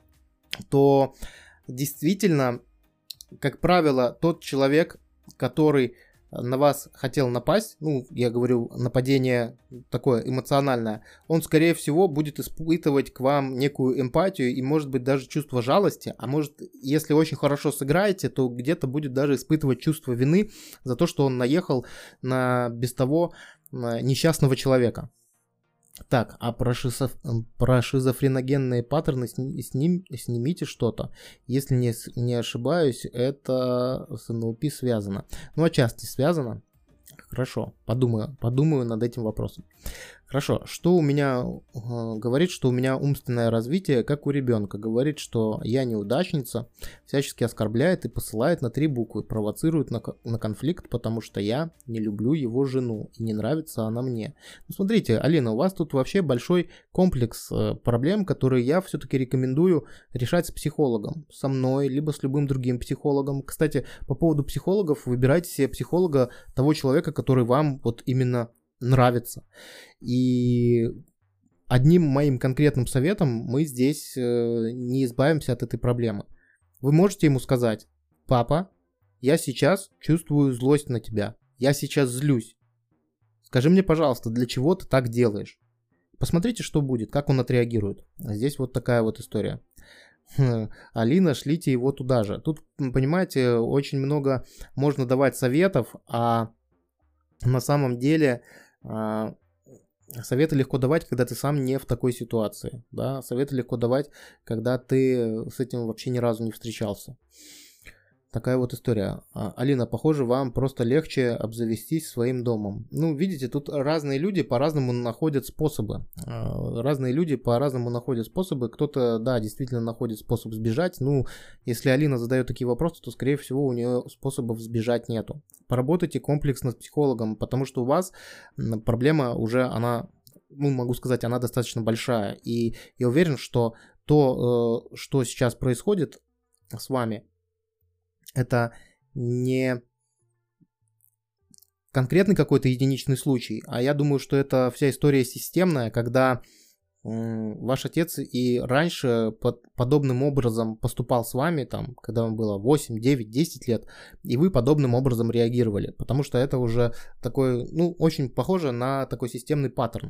то действительно, как правило, тот человек, который на вас хотел напасть, ну, я говорю, нападение такое эмоциональное, он, скорее всего, будет испытывать к вам некую эмпатию и, может быть, даже чувство жалости, а может, если очень хорошо сыграете, то где-то будет даже испытывать чувство вины за то, что он наехал на без того несчастного человека. Так, а про шизофреногенные паттерны снимите что-то. Если не ошибаюсь, это с НЛП связано. Ну, отчасти связано. Хорошо, подумаю над этим вопросом. Хорошо, что у меня говорит, что у меня умственное развитие, как у ребенка. Говорит, что я неудачница, всячески оскорбляет и посылает на 3 буквы, провоцирует на конфликт, потому что я не люблю его жену и не нравится она мне. Ну, смотрите, Алина, у вас тут вообще большой комплекс проблем, которые я все-таки рекомендую решать с психологом, со мной, либо с любым другим психологом. Кстати, по поводу психологов, выбирайте себе психолога, того человека, который вам вот именно нравится. И одним моим конкретным советом мы здесь не избавимся от этой проблемы. Вы можете ему сказать: папа, я сейчас чувствую злость на тебя, я сейчас злюсь. Скажи мне, пожалуйста, для чего ты так делаешь? Посмотрите, что будет, как он отреагирует. Здесь вот такая вот история. Алина, шлите его туда же. Тут, понимаете, очень много можно давать советов, а на самом деле советы легко давать, когда ты сам не в такой ситуации. Да? Советы легко давать, когда ты с этим вообще ни разу не встречался. Такая вот история. Алина, похоже, вам просто легче обзавестись своим домом. Ну, видите, тут разные люди по-разному находят способы. Кто-то, да, действительно находит способ сбежать. Ну, если Алина задает такие вопросы, то, скорее всего, у нее способов сбежать нету. Поработайте комплексно с психологом, потому что у вас проблема уже, она, ну, могу сказать, она достаточно большая. И я уверен, что то, что сейчас происходит с вами, это не конкретный какой-то единичный случай, а я думаю, что это вся история системная, когда ваш отец и раньше подобным образом поступал с вами, там, когда вам было 8, 9, 10 лет, и вы подобным образом реагировали, потому что это уже такой, ну, очень похоже на такой системный паттерн.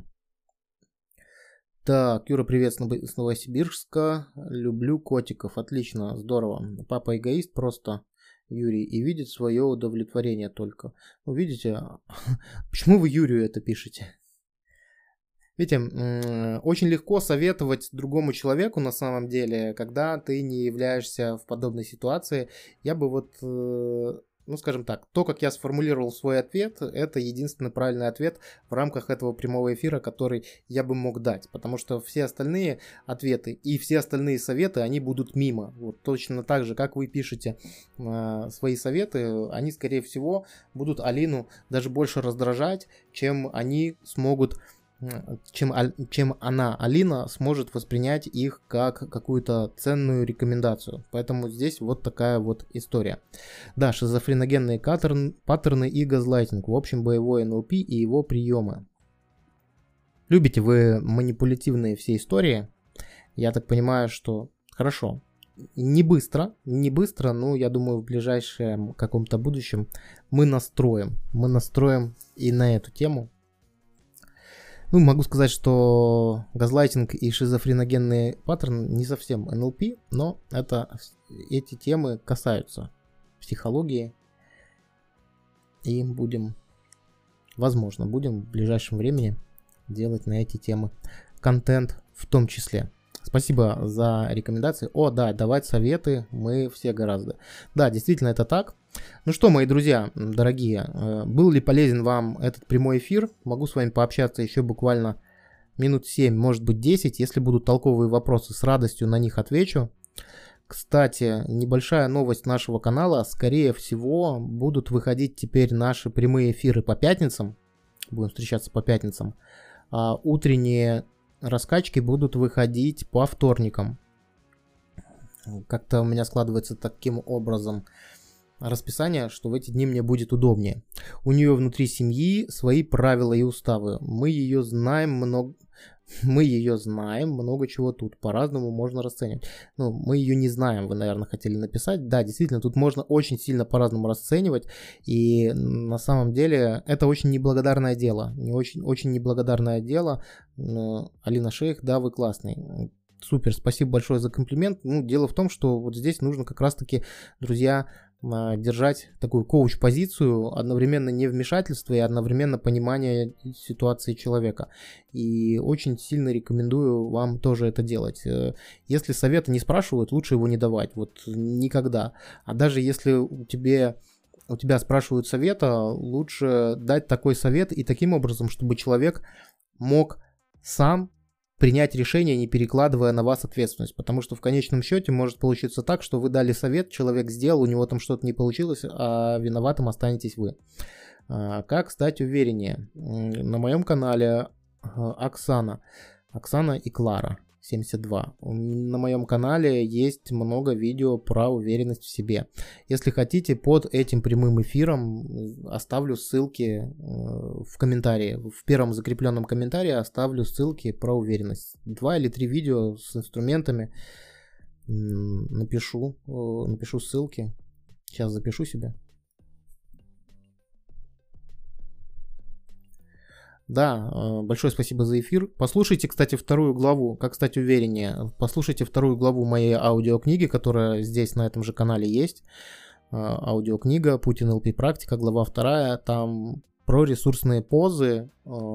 Так, Юра, привет с Новосибирска. Люблю котиков. Отлично, здорово. Папа эгоист просто, Юрий, и видит свое удовлетворение только. Ну, видите, почему вы Юрию это пишете? Видите, очень легко советовать другому человеку на самом деле, когда ты не являешься в подобной ситуации. Я бы вот, ну скажем так, то, как я сформулировал свой ответ, это единственный правильный ответ в рамках этого прямого эфира, который я бы мог дать. Потому что все остальные ответы и все остальные советы, они будут мимо. Вот точно так же, как вы пишете свои советы, они, скорее всего, будут Алину даже больше раздражать, чем они смогут... чем она, Алина, сможет воспринять их как какую-то ценную рекомендацию. Поэтому здесь вот такая вот история. Да, шизофреногенные паттерны и газлайтинг. В общем, боевой НЛП и его приемы. Любите вы манипулятивные все истории? Я так понимаю, что хорошо. Не быстро, но я думаю, в ближайшем каком-то будущем мы настроим и на эту тему. Ну, могу сказать, что газлайтинг и шизофреногенный паттерн не совсем НЛП, но эти темы касаются психологии. И будем в ближайшем времени делать на эти темы контент в том числе. Спасибо за рекомендации. О, да, давать советы мы все гораздо. Да, действительно это так. Ну что, мои друзья, дорогие, был ли полезен вам этот прямой эфир? Могу с вами пообщаться еще буквально минут 7, может быть 10. Если будут толковые вопросы, с радостью на них отвечу. Кстати, небольшая новость нашего канала. Скорее всего, будут выходить теперь наши прямые эфиры по пятницам. Будем встречаться по пятницам. А утренние раскачки будут выходить по вторникам. Как-то у меня складывается таким образом расписание, что в эти дни мне будет удобнее. У нее внутри семьи свои правила и уставы. Мы ее знаем, много чего тут по-разному можно расценивать. Ну, мы ее не знаем, вы, наверное, хотели написать. Да, действительно, тут можно очень сильно по-разному расценивать. И на самом деле это очень неблагодарное дело. Очень неблагодарное дело. Алина Шейх, да, вы классный. Супер, спасибо большое за комплимент. Ну, дело в том, что вот здесь нужно как раз-таки, друзья, держать такую коуч-позицию, одновременно невмешательство и одновременно понимание ситуации человека. И очень сильно рекомендую вам тоже это делать. Если совета не спрашивают, лучше его не давать, вот никогда. А даже если у тебя спрашивают совета, лучше дать такой совет и таким образом, чтобы человек мог сам принять решение, не перекладывая на вас ответственность. Потому что в конечном счете может получиться так, что вы дали совет, человек сделал, у него там что-то не получилось, а виноватым останетесь вы. Как стать увереннее? На моем канале Оксана и Клара 72. На моем канале есть много видео про уверенность в себе. Если хотите, под этим прямым эфиром оставлю ссылки в комментарии. В первом закрепленном комментарии оставлю ссылки про уверенность. 2 или 3 видео с инструментами. Напишу ссылки. Сейчас запишу себе. Да, большое спасибо за эфир. Послушайте, кстати, вторую главу, как стать увереннее. Послушайте вторую главу моей аудиокниги, которая здесь на этом же канале есть. Аудиокнига «Путь НЛП практика», глава 2. Там про ресурсные позы.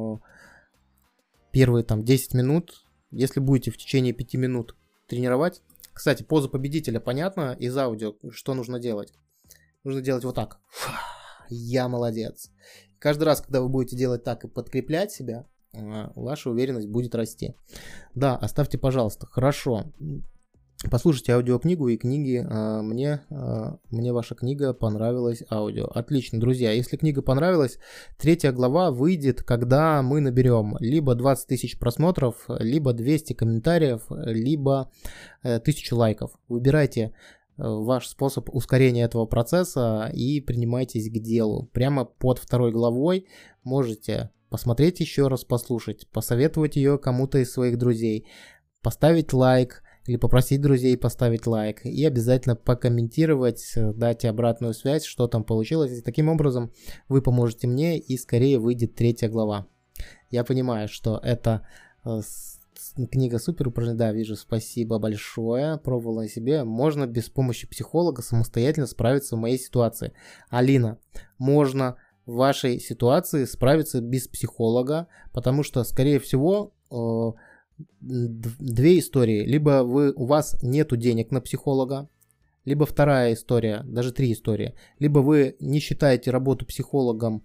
Первые там 10 минут. Если будете в течение 5 минут тренировать. Кстати, поза победителя понятно из аудио, что нужно делать? Нужно делать вот так. Я молодец. Каждый раз, когда вы будете делать так и подкреплять себя, ваша уверенность будет расти. Да, оставьте, пожалуйста. Хорошо. Послушайте аудиокнигу и книги. Мне ваша книга понравилась аудио. Отлично, друзья. Если книга понравилась, 3 глава выйдет, когда мы наберем либо 20 тысяч просмотров, либо 200 комментариев, либо 1000 лайков. Выбирайте ваш способ ускорения этого процесса и принимайтесь к делу. Прямо под 2 главой можете посмотреть еще раз, послушать, посоветовать ее кому-то из своих друзей, поставить лайк или попросить друзей поставить лайк и обязательно покомментировать, дать обратную связь, что там получилось. И таким образом вы поможете мне и скорее выйдет 3 глава. Я понимаю, что это книга супер упражнение. Да, вижу, спасибо большое. Пробовала на себе. Можно без помощи психолога самостоятельно справиться в моей ситуации. Алина, можно в вашей ситуации справиться без психолога, потому что, скорее всего, 2 истории. Либо у вас нету денег на психолога, либо вторая история, даже 3 истории. Либо вы не считаете работу с психологом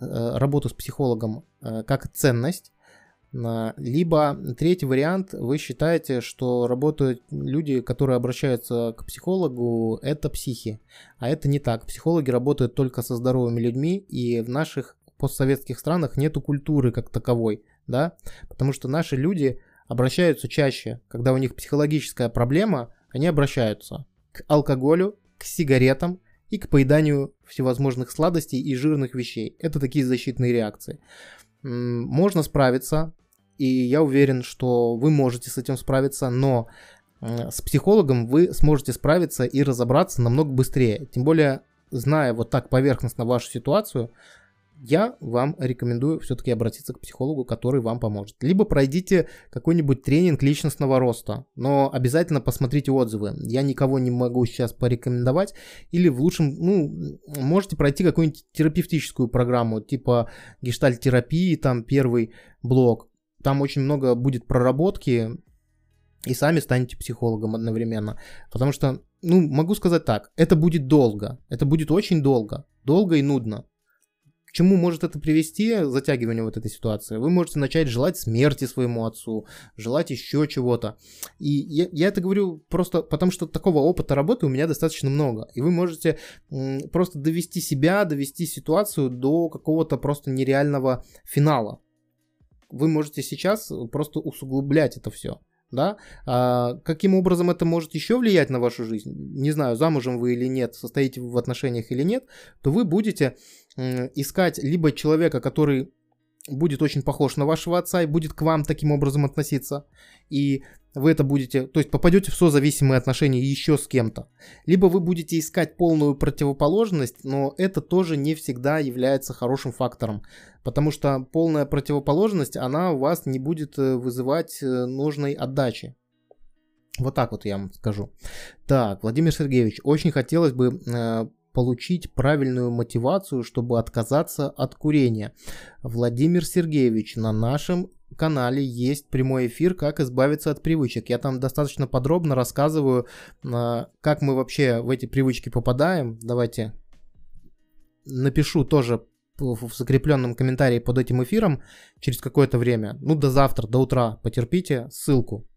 как ценность, либо 3-й вариант, вы считаете, что работают люди, которые обращаются к психологу, это психи. А это не так. Психологи работают только со здоровыми людьми, и в наших постсоветских странах нету культуры как таковой, да, потому что наши люди обращаются чаще, когда у них психологическая проблема, они обращаются к алкоголю, к сигаретам и к поеданию всевозможных сладостей и жирных вещей. Это такие защитные реакции. Можно справиться, и я уверен, что вы можете с этим справиться, но с психологом вы сможете справиться и разобраться намного быстрее. Тем более, зная вот так поверхностно вашу ситуацию, я вам рекомендую все-таки обратиться к психологу, который вам поможет. Либо пройдите какой-нибудь тренинг личностного роста, но обязательно посмотрите отзывы. Я никого не могу сейчас порекомендовать. Или в лучшем, можете пройти какую-нибудь терапевтическую программу, типа гештальт-терапии, там 1 блок. Там очень много будет проработки, и сами станете психологом одновременно. Потому что, могу сказать так, это будет долго. Это будет очень долго. Долго и нудно. чему может это привести, затягивание вот этой ситуации? Вы можете начать желать смерти своему отцу, желать еще чего-то. И я это говорю просто потому, что такого опыта работы у меня достаточно много. И вы можете просто довести себя, довести ситуацию до какого-то просто нереального финала. Вы можете сейчас просто усугублять это все. Да? Каким образом это может еще влиять на вашу жизнь? Не знаю, замужем вы или нет, состоите вы в отношениях или нет, то вы будете искать либо человека, который будет очень похож на вашего отца и будет к вам таким образом относиться, и вы это будете, то есть попадете в созависимые отношения еще с кем-то. Либо вы будете искать полную противоположность, но это тоже не всегда является хорошим фактором, потому что полная противоположность, она у вас не будет вызывать нужной отдачи. Вот так вот я вам скажу. Так, Владимир Сергеевич, очень хотелось бы получить правильную мотивацию, чтобы отказаться от курения. Владимир Сергеевич, на нашем канале есть прямой эфир «Как избавиться от привычек». Я там достаточно подробно рассказываю, как мы вообще в эти привычки попадаем. Давайте напишу тоже в закрепленном комментарии под этим эфиром через какое-то время. Ну, до завтра, до утра потерпите, ссылку.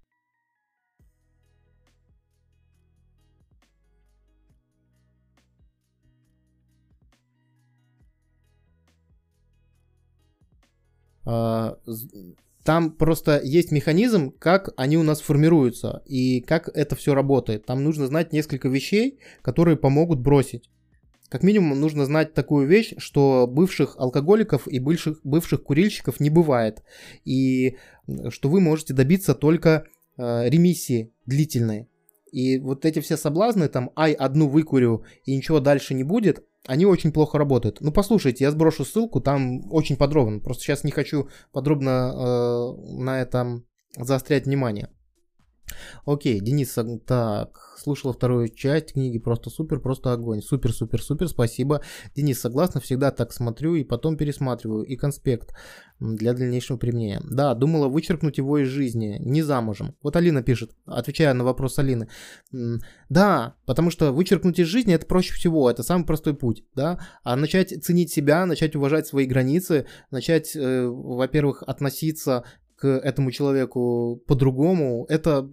Там просто есть механизм, как они у нас формируются и как это все работает. Там нужно знать несколько вещей, которые помогут бросить. Как минимум нужно знать такую вещь, что бывших алкоголиков и бывших курильщиков не бывает. И что вы можете добиться только ремиссии длительной. И вот эти все соблазны, там, одну выкурю и ничего дальше не будет, они очень плохо работают. Ну, послушайте, я сброшу ссылку, там очень подробно. Просто сейчас не хочу подробно на этом заострять внимание. Окей, Денис, так, слушала вторую часть книги, просто супер, просто огонь. Супер, супер, супер, спасибо. Денис, согласна, всегда так смотрю и потом пересматриваю. И конспект для дальнейшего применения. Да, думала вычеркнуть его из жизни, не замужем. Вот Алина пишет, отвечая на вопрос Алины. Да, потому что вычеркнуть из жизни это проще всего, это самый простой путь, да. А начать ценить себя, начать уважать свои границы, начать, во-первых, относиться к этому человеку по-другому, это,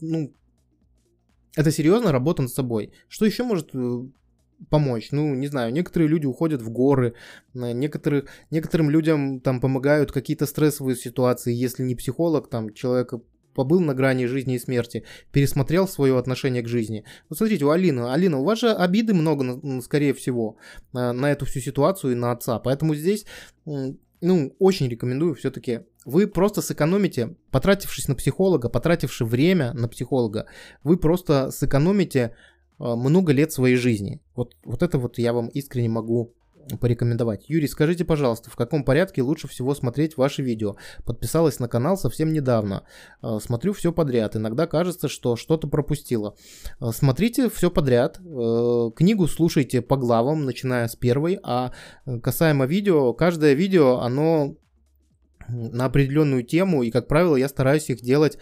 это серьезно работа над собой. Что еще может помочь? Ну, не знаю, некоторые люди уходят в горы, некоторым людям там помогают какие-то стрессовые ситуации, если не психолог, там человек побыл на грани жизни и смерти, пересмотрел свое отношение к жизни. Вот смотрите, Алина, у вас же обиды много, скорее всего, на эту всю ситуацию и на отца, поэтому здесь, очень рекомендую все-таки. Вы просто сэкономите, потратившись на психолога, потративши время на психолога, вы просто сэкономите много лет своей жизни. Вот это вот я вам искренне могу порекомендовать. Юрий, скажите, пожалуйста, в каком порядке лучше всего смотреть ваши видео? Подписалась на канал совсем недавно. Смотрю все подряд. Иногда кажется, что что-то пропустила. Смотрите все подряд. Книгу слушайте по главам, начиная с первой. А касаемо видео, каждое видео, оно на определенную тему, и, как правило, я стараюсь их делать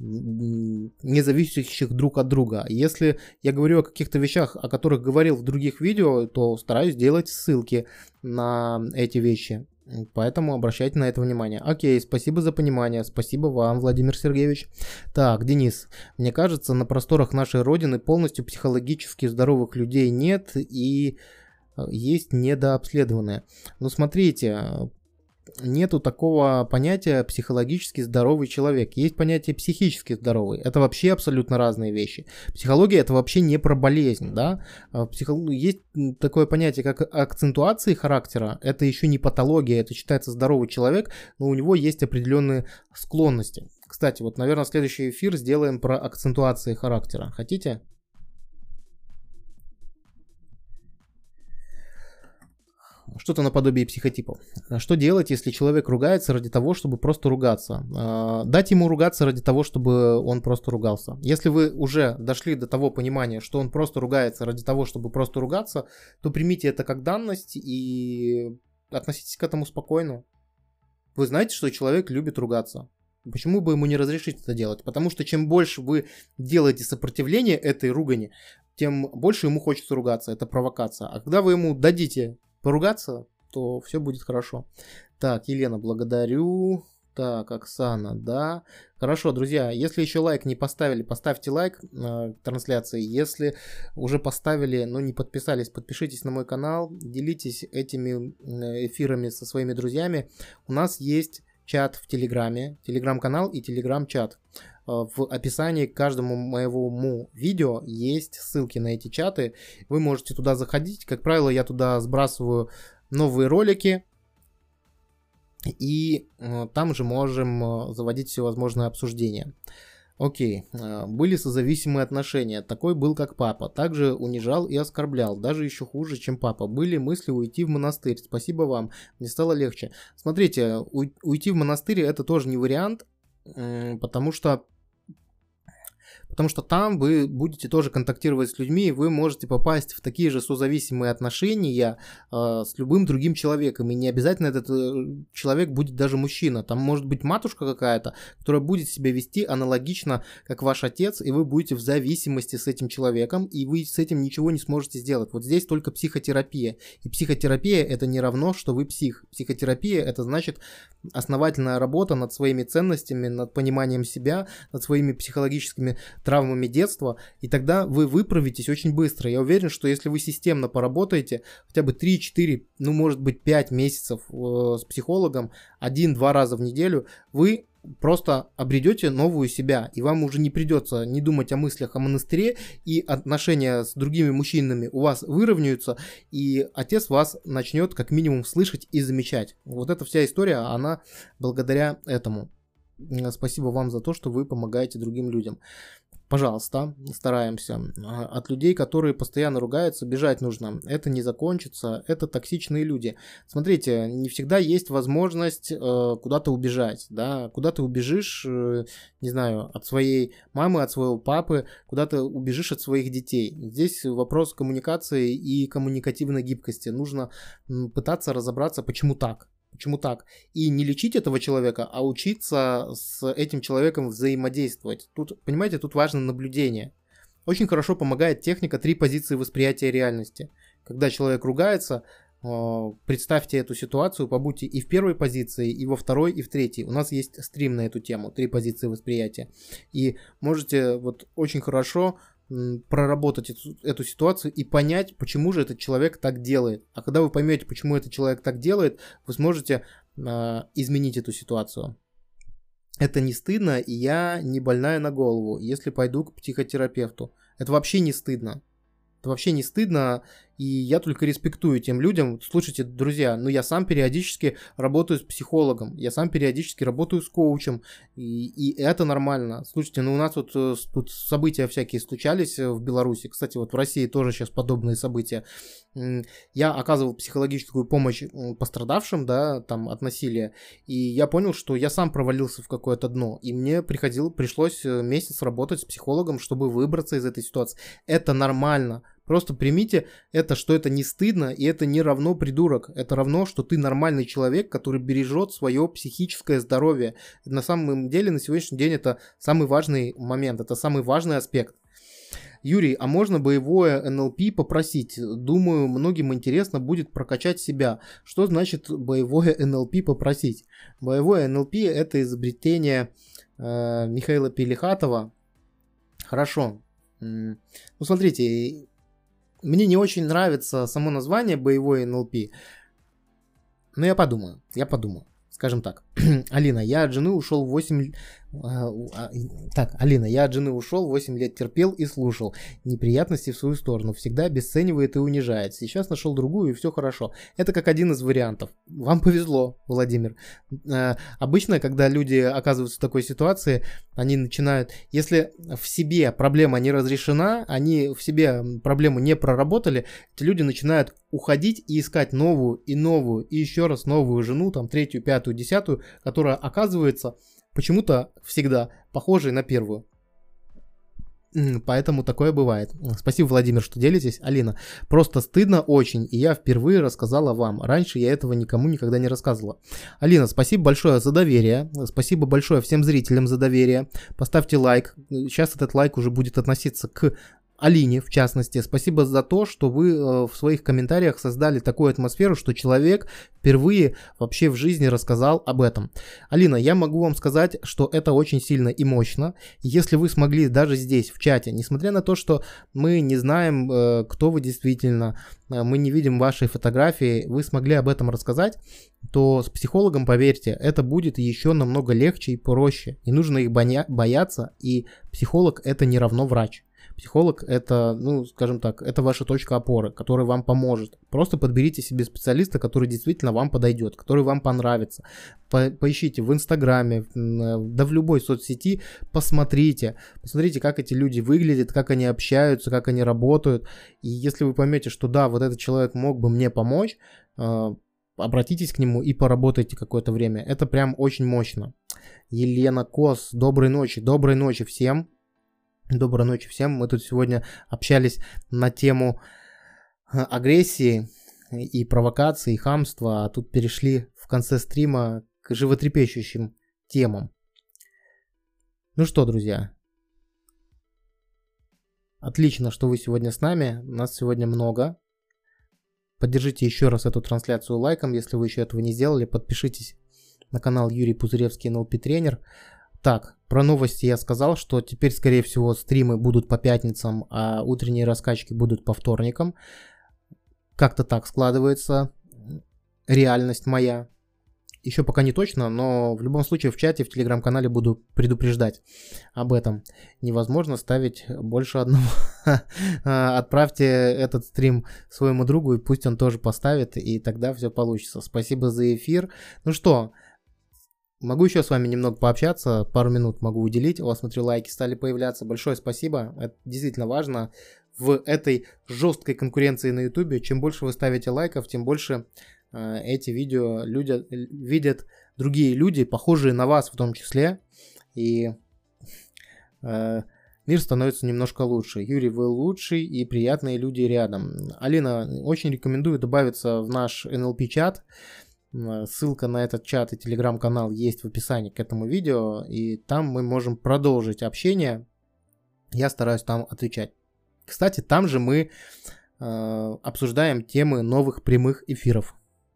не зависящих друг от друга. Если я говорю о каких-то вещах, о которых говорил в других видео, то стараюсь делать ссылки на эти вещи. Поэтому обращайте на это внимание. Окей, спасибо за понимание. Спасибо вам, Владимир Сергеевич. Так, Денис, мне кажется, на просторах нашей Родины полностью психологически здоровых людей нет и есть недообследованные. Ну, смотрите, нету такого понятия психологически здоровый человек. Есть понятие психически здоровый. Это вообще абсолютно разные вещи. Психология это вообще не про болезнь, да. Есть такое понятие, как акцентуации характера. Это еще не патология, это считается здоровый человек, но у него есть определенные склонности. Кстати, вот, наверное, следующий эфир сделаем про акцентуации характера. Хотите? Что-то наподобие психотипов. Что делать, если человек ругается ради того, чтобы просто ругаться? Дать ему ругаться ради того, чтобы он просто ругался. Если вы уже дошли до того понимания, что он просто ругается ради того, чтобы просто ругаться, то примите это как данность и относитесь к этому спокойно. Вы знаете, что человек любит ругаться. Почему бы ему не разрешить это делать? Потому что чем больше вы делаете сопротивление этой ругани, тем больше ему хочется ругаться. Это провокация. А когда вы ему дадите поругаться, то все будет хорошо. Так, Елена, благодарю. Так, Оксана, да. Хорошо, друзья, если еще лайк не поставили, поставьте лайк трансляции. Если уже поставили, но не подписались, подпишитесь на мой канал, делитесь этими эфирами со своими друзьями. У нас есть чат в Телеграме, Телеграм-канал и Телеграм-чат. В описании к каждому моему видео есть ссылки на эти чаты. Вы можете туда заходить. Как правило, я туда сбрасываю новые ролики. И там же можем заводить всевозможные обсуждения. Окей, были созависимые отношения. Такой был, как папа. Также унижал и оскорблял. Даже еще хуже, чем папа. Были мысли уйти в монастырь. Спасибо вам. Мне стало легче. Смотрите, уйти в монастырь это тоже не вариант. Потому что там вы будете тоже контактировать с людьми, и вы можете попасть в такие же созависимые отношения с любым другим человеком. И не обязательно этот человек будет даже мужчина. Там может быть матушка какая-то, которая будет себя вести аналогично, как ваш отец, и вы будете в зависимости с этим человеком, и вы с этим ничего не сможете сделать. Вот здесь только психотерапия. И психотерапия это не равно, что вы псих. Психотерапия это значит основательная работа над своими ценностями, над пониманием себя, над своими психологическими травмами детства, и тогда вы выправитесь очень быстро. Я уверен, что если вы системно поработаете хотя бы 3-4, ну может быть 5 месяцев с психологом, 1-2 раза в неделю, вы просто обретете новую себя, и вам уже не придется не думать о мыслях о монастыре, и отношения с другими мужчинами у вас выровняются, и отец вас начнет как минимум слышать и замечать. Вот эта вся история, она благодаря этому. Спасибо вам за то, что вы помогаете другим людям. Пожалуйста, стараемся. От людей, которые постоянно ругаются, бежать нужно. Это не закончится, это токсичные люди. Смотрите, не всегда есть возможность куда-то убежать. Да? Куда ты убежишь, не знаю, от своей мамы, от своего папы, куда ты убежишь от своих детей. Здесь вопрос коммуникации и коммуникативной гибкости. Нужно пытаться разобраться, почему так. Почему так? И не лечить этого человека, а учиться с этим человеком взаимодействовать. Тут, понимаете, тут важно наблюдение. Очень хорошо помогает техника 3 позиции восприятия реальности. Когда человек ругается, представьте эту ситуацию, побудьте и в первой позиции, и во второй, и в третьей. У нас есть стрим на эту тему, 3 позиции восприятия. И можете вот очень хорошо проработать эту ситуацию и понять, почему же этот человек так делает. А когда вы поймете, почему этот человек так делает, вы сможете изменить эту ситуацию. Это не стыдно, и я не больная на голову, если пойду к психотерапевту. Это вообще не стыдно. Это вообще не стыдно, и я только респектую тем людям. Слушайте, друзья, ну я сам периодически работаю с психологом, я сам периодически работаю с коучем, и это нормально. Слушайте, ну у нас вот тут события всякие случались в Беларуси, кстати, вот в России тоже сейчас подобные события. Я оказывал психологическую помощь пострадавшим, да, там от насилия, и я понял, что я сам провалился в какое-то дно, и мне пришлось месяц работать с психологом, чтобы выбраться из этой ситуации. Это нормально. Просто примите это, что это не стыдно, и это не равно придурок. Это равно, что ты нормальный человек, который бережет свое психическое здоровье. На самом деле, на сегодняшний день это самый важный момент, это самый важный аспект. Юрий, а можно боевое НЛП попросить? Думаю, многим интересно будет прокачать себя. Что значит боевое НЛП попросить? Боевое НЛП это изобретение Михаила Пелихатова. Хорошо. Ну, смотрите, мне не очень нравится само название боевой НЛП, но я подумаю, скажем так. Алина, я от жены ушел 8... Алина, я от жены ушел, 8 лет терпел и слушал. Неприятности в свою сторону. Всегда обесценивает и унижает. Сейчас нашел другую, и все хорошо. Это как один из вариантов. Вам повезло, Владимир. Обычно, когда люди оказываются в такой ситуации, они начинают... Если в себе проблема не разрешена, они в себе проблему не проработали, эти люди начинают уходить и искать новую, и еще раз новую жену, там, 3-ю, 5-ю, 10-ю, которая оказывается почему-то всегда похожей на первую. Поэтому такое бывает. Спасибо, Владимир, что делитесь. Алина, просто стыдно очень, и я впервые рассказала вам. Раньше я этого никому никогда не рассказывала. Алина, спасибо большое за доверие. Спасибо большое всем зрителям за доверие. Поставьте лайк. Сейчас этот лайк уже будет относиться к Алине, в частности, спасибо за то, что вы в своих комментариях создали такую атмосферу, что человек впервые вообще в жизни рассказал об этом. Алина, я могу вам сказать, что это очень сильно и мощно. Если вы смогли даже здесь, в чате, несмотря на то, что мы не знаем, кто вы действительно, мы не видим вашей фотографии, вы смогли об этом рассказать, то с психологом, поверьте, это будет еще намного легче и проще. Не нужно их бояться, и психолог это не равно врач. Психолог это, ну, скажем так, это ваша точка опоры, которая вам поможет. Просто подберите себе специалиста, который действительно вам подойдет, который вам понравится. Поищите в Инстаграме, да в любой соцсети, посмотрите, как эти люди выглядят, как они общаются, как они работают. И если вы поймете, что да, вот этот человек мог бы мне помочь, обратитесь к нему и поработайте какое-то время. Это прям очень мощно. Елена Кос, доброй ночи всем. Доброй ночи всем. Мы тут сегодня общались на тему агрессии и провокации, и хамства, а тут перешли в конце стрима к животрепещущим темам. Ну что, друзья, отлично, что вы сегодня с нами. Нас сегодня много. Поддержите еще раз эту трансляцию лайком, если вы еще этого не сделали. Подпишитесь на канал Юрий Пузыревский, НЛП тренер. Так, про новости я сказал, что теперь, скорее всего, стримы будут по пятницам, а утренние раскачки будут по вторникам. Как-то так складывается реальность моя. Еще пока не точно, но в любом случае в чате, в телеграм-канале буду предупреждать об этом. Невозможно ставить больше одного. Отправьте этот стрим своему другу, и пусть он тоже поставит, и тогда все получится. Спасибо за эфир. Ну что, могу еще с вами немного пообщаться, пару минут могу уделить. У вас, смотрю, лайки стали появляться. Большое спасибо, это действительно важно. В этой жесткой конкуренции на YouTube, чем больше вы ставите лайков, тем больше эти видео видят другие люди, похожие на вас в том числе. И мир становится немножко лучше. Юрий, вы лучший и приятные люди рядом. Алина, очень рекомендую добавиться в наш NLP-чат. Ссылка на этот чат и телеграм-канал есть в описании к этому видео, и там мы можем продолжить общение. Я стараюсь там отвечать. Кстати, там же мы обсуждаем темы новых прямых эфиров.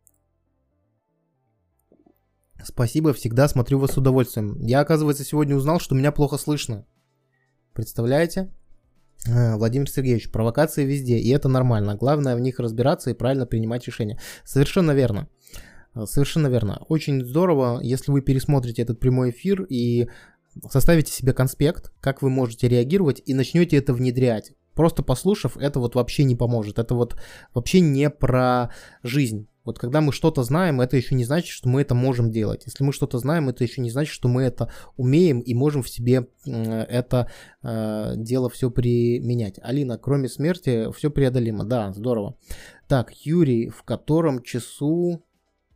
Спасибо, всегда смотрю вас с удовольствием. Я, оказывается, сегодня узнал, что меня плохо слышно. Представляете? Владимир Сергеевич, провокации везде, и это нормально. Главное в них разбираться и правильно принимать решения. Совершенно верно. Совершенно верно. Очень здорово, если вы пересмотрите этот прямой эфир и составите себе конспект, как вы можете реагировать, и начнете это внедрять. Просто послушав, это вот вообще не поможет. Это вот вообще не про жизнь. Вот когда мы что-то знаем, это еще не значит, что мы это можем делать. Если мы что-то знаем, это еще не значит, что мы это умеем и можем в себе это дело все применять. Алина, кроме смерти, все преодолимо. Да, здорово. Так, Юрий, в котором часу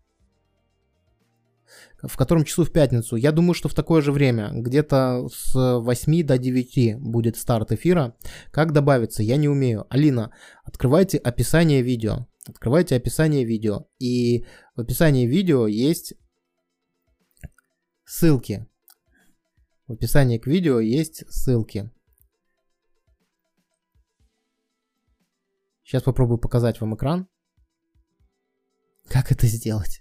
в пятницу? Я думаю, что в такое же время, где-то с 8 до 9 будет старт эфира. Как добавиться? Я не умею. Алина, открывайте описание видео. Открывайте описание видео. И в описании видео есть ссылки. В описании к видео есть ссылки. Сейчас попробую показать вам экран. Как это сделать?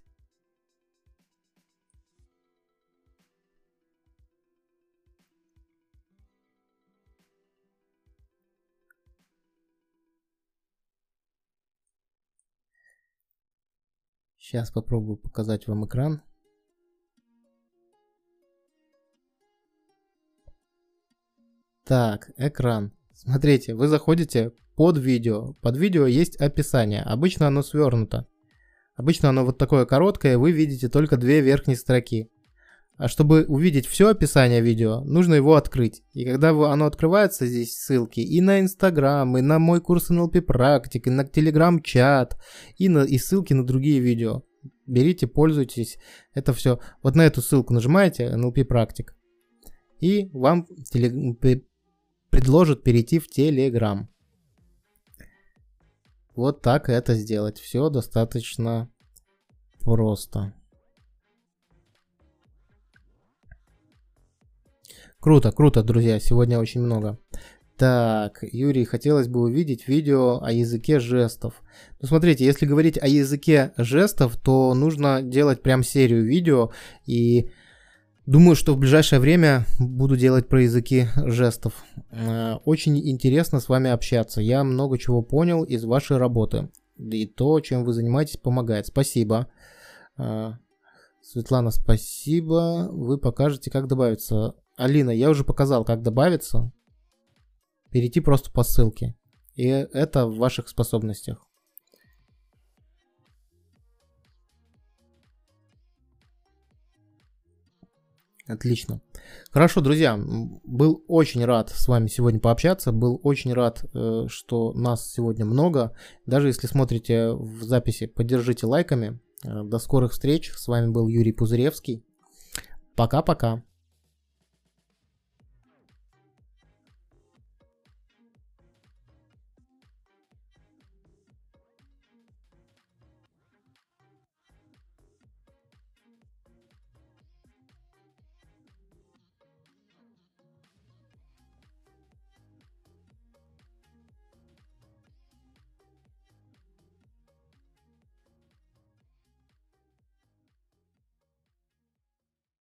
Сейчас попробую показать вам экран. Так, экран. Смотрите, вы заходите под видео. Под видео есть описание. Обычно оно свернуто. Обычно оно вот такое короткое, вы видите только две верхние строки. А чтобы увидеть все описание видео, нужно его открыть. И когда оно открывается, здесь ссылки и на Инстаграм, и на мой курс NLP практик, и на Телеграм-чат, и ссылки на другие видео. Берите, пользуйтесь. Это все. Вот на эту ссылку нажимаете, NLP практик, и вам предложат перейти в Телеграм. Вот так это сделать. Все достаточно просто. Круто, круто, друзья. Сегодня очень много. Так, Юрий, хотелось бы увидеть видео о языке жестов. Ну, смотрите, если говорить о языке жестов, то нужно делать прям серию видео. И думаю, что в ближайшее время буду делать про языки жестов. Очень интересно с вами общаться. Я много чего понял из вашей работы. И то, чем вы занимаетесь, помогает. Спасибо. Светлана, спасибо. Вы покажете, как добавиться. Алина, я уже показал, как добавиться. Перейти просто по ссылке. И это в ваших способностях. Отлично. Хорошо, друзья, был очень рад с вами сегодня пообщаться, был очень рад, что нас сегодня много. Даже если смотрите в записи, поддержите лайками. До скорых встреч. С вами был Юрий Пузыревский. Пока-пока.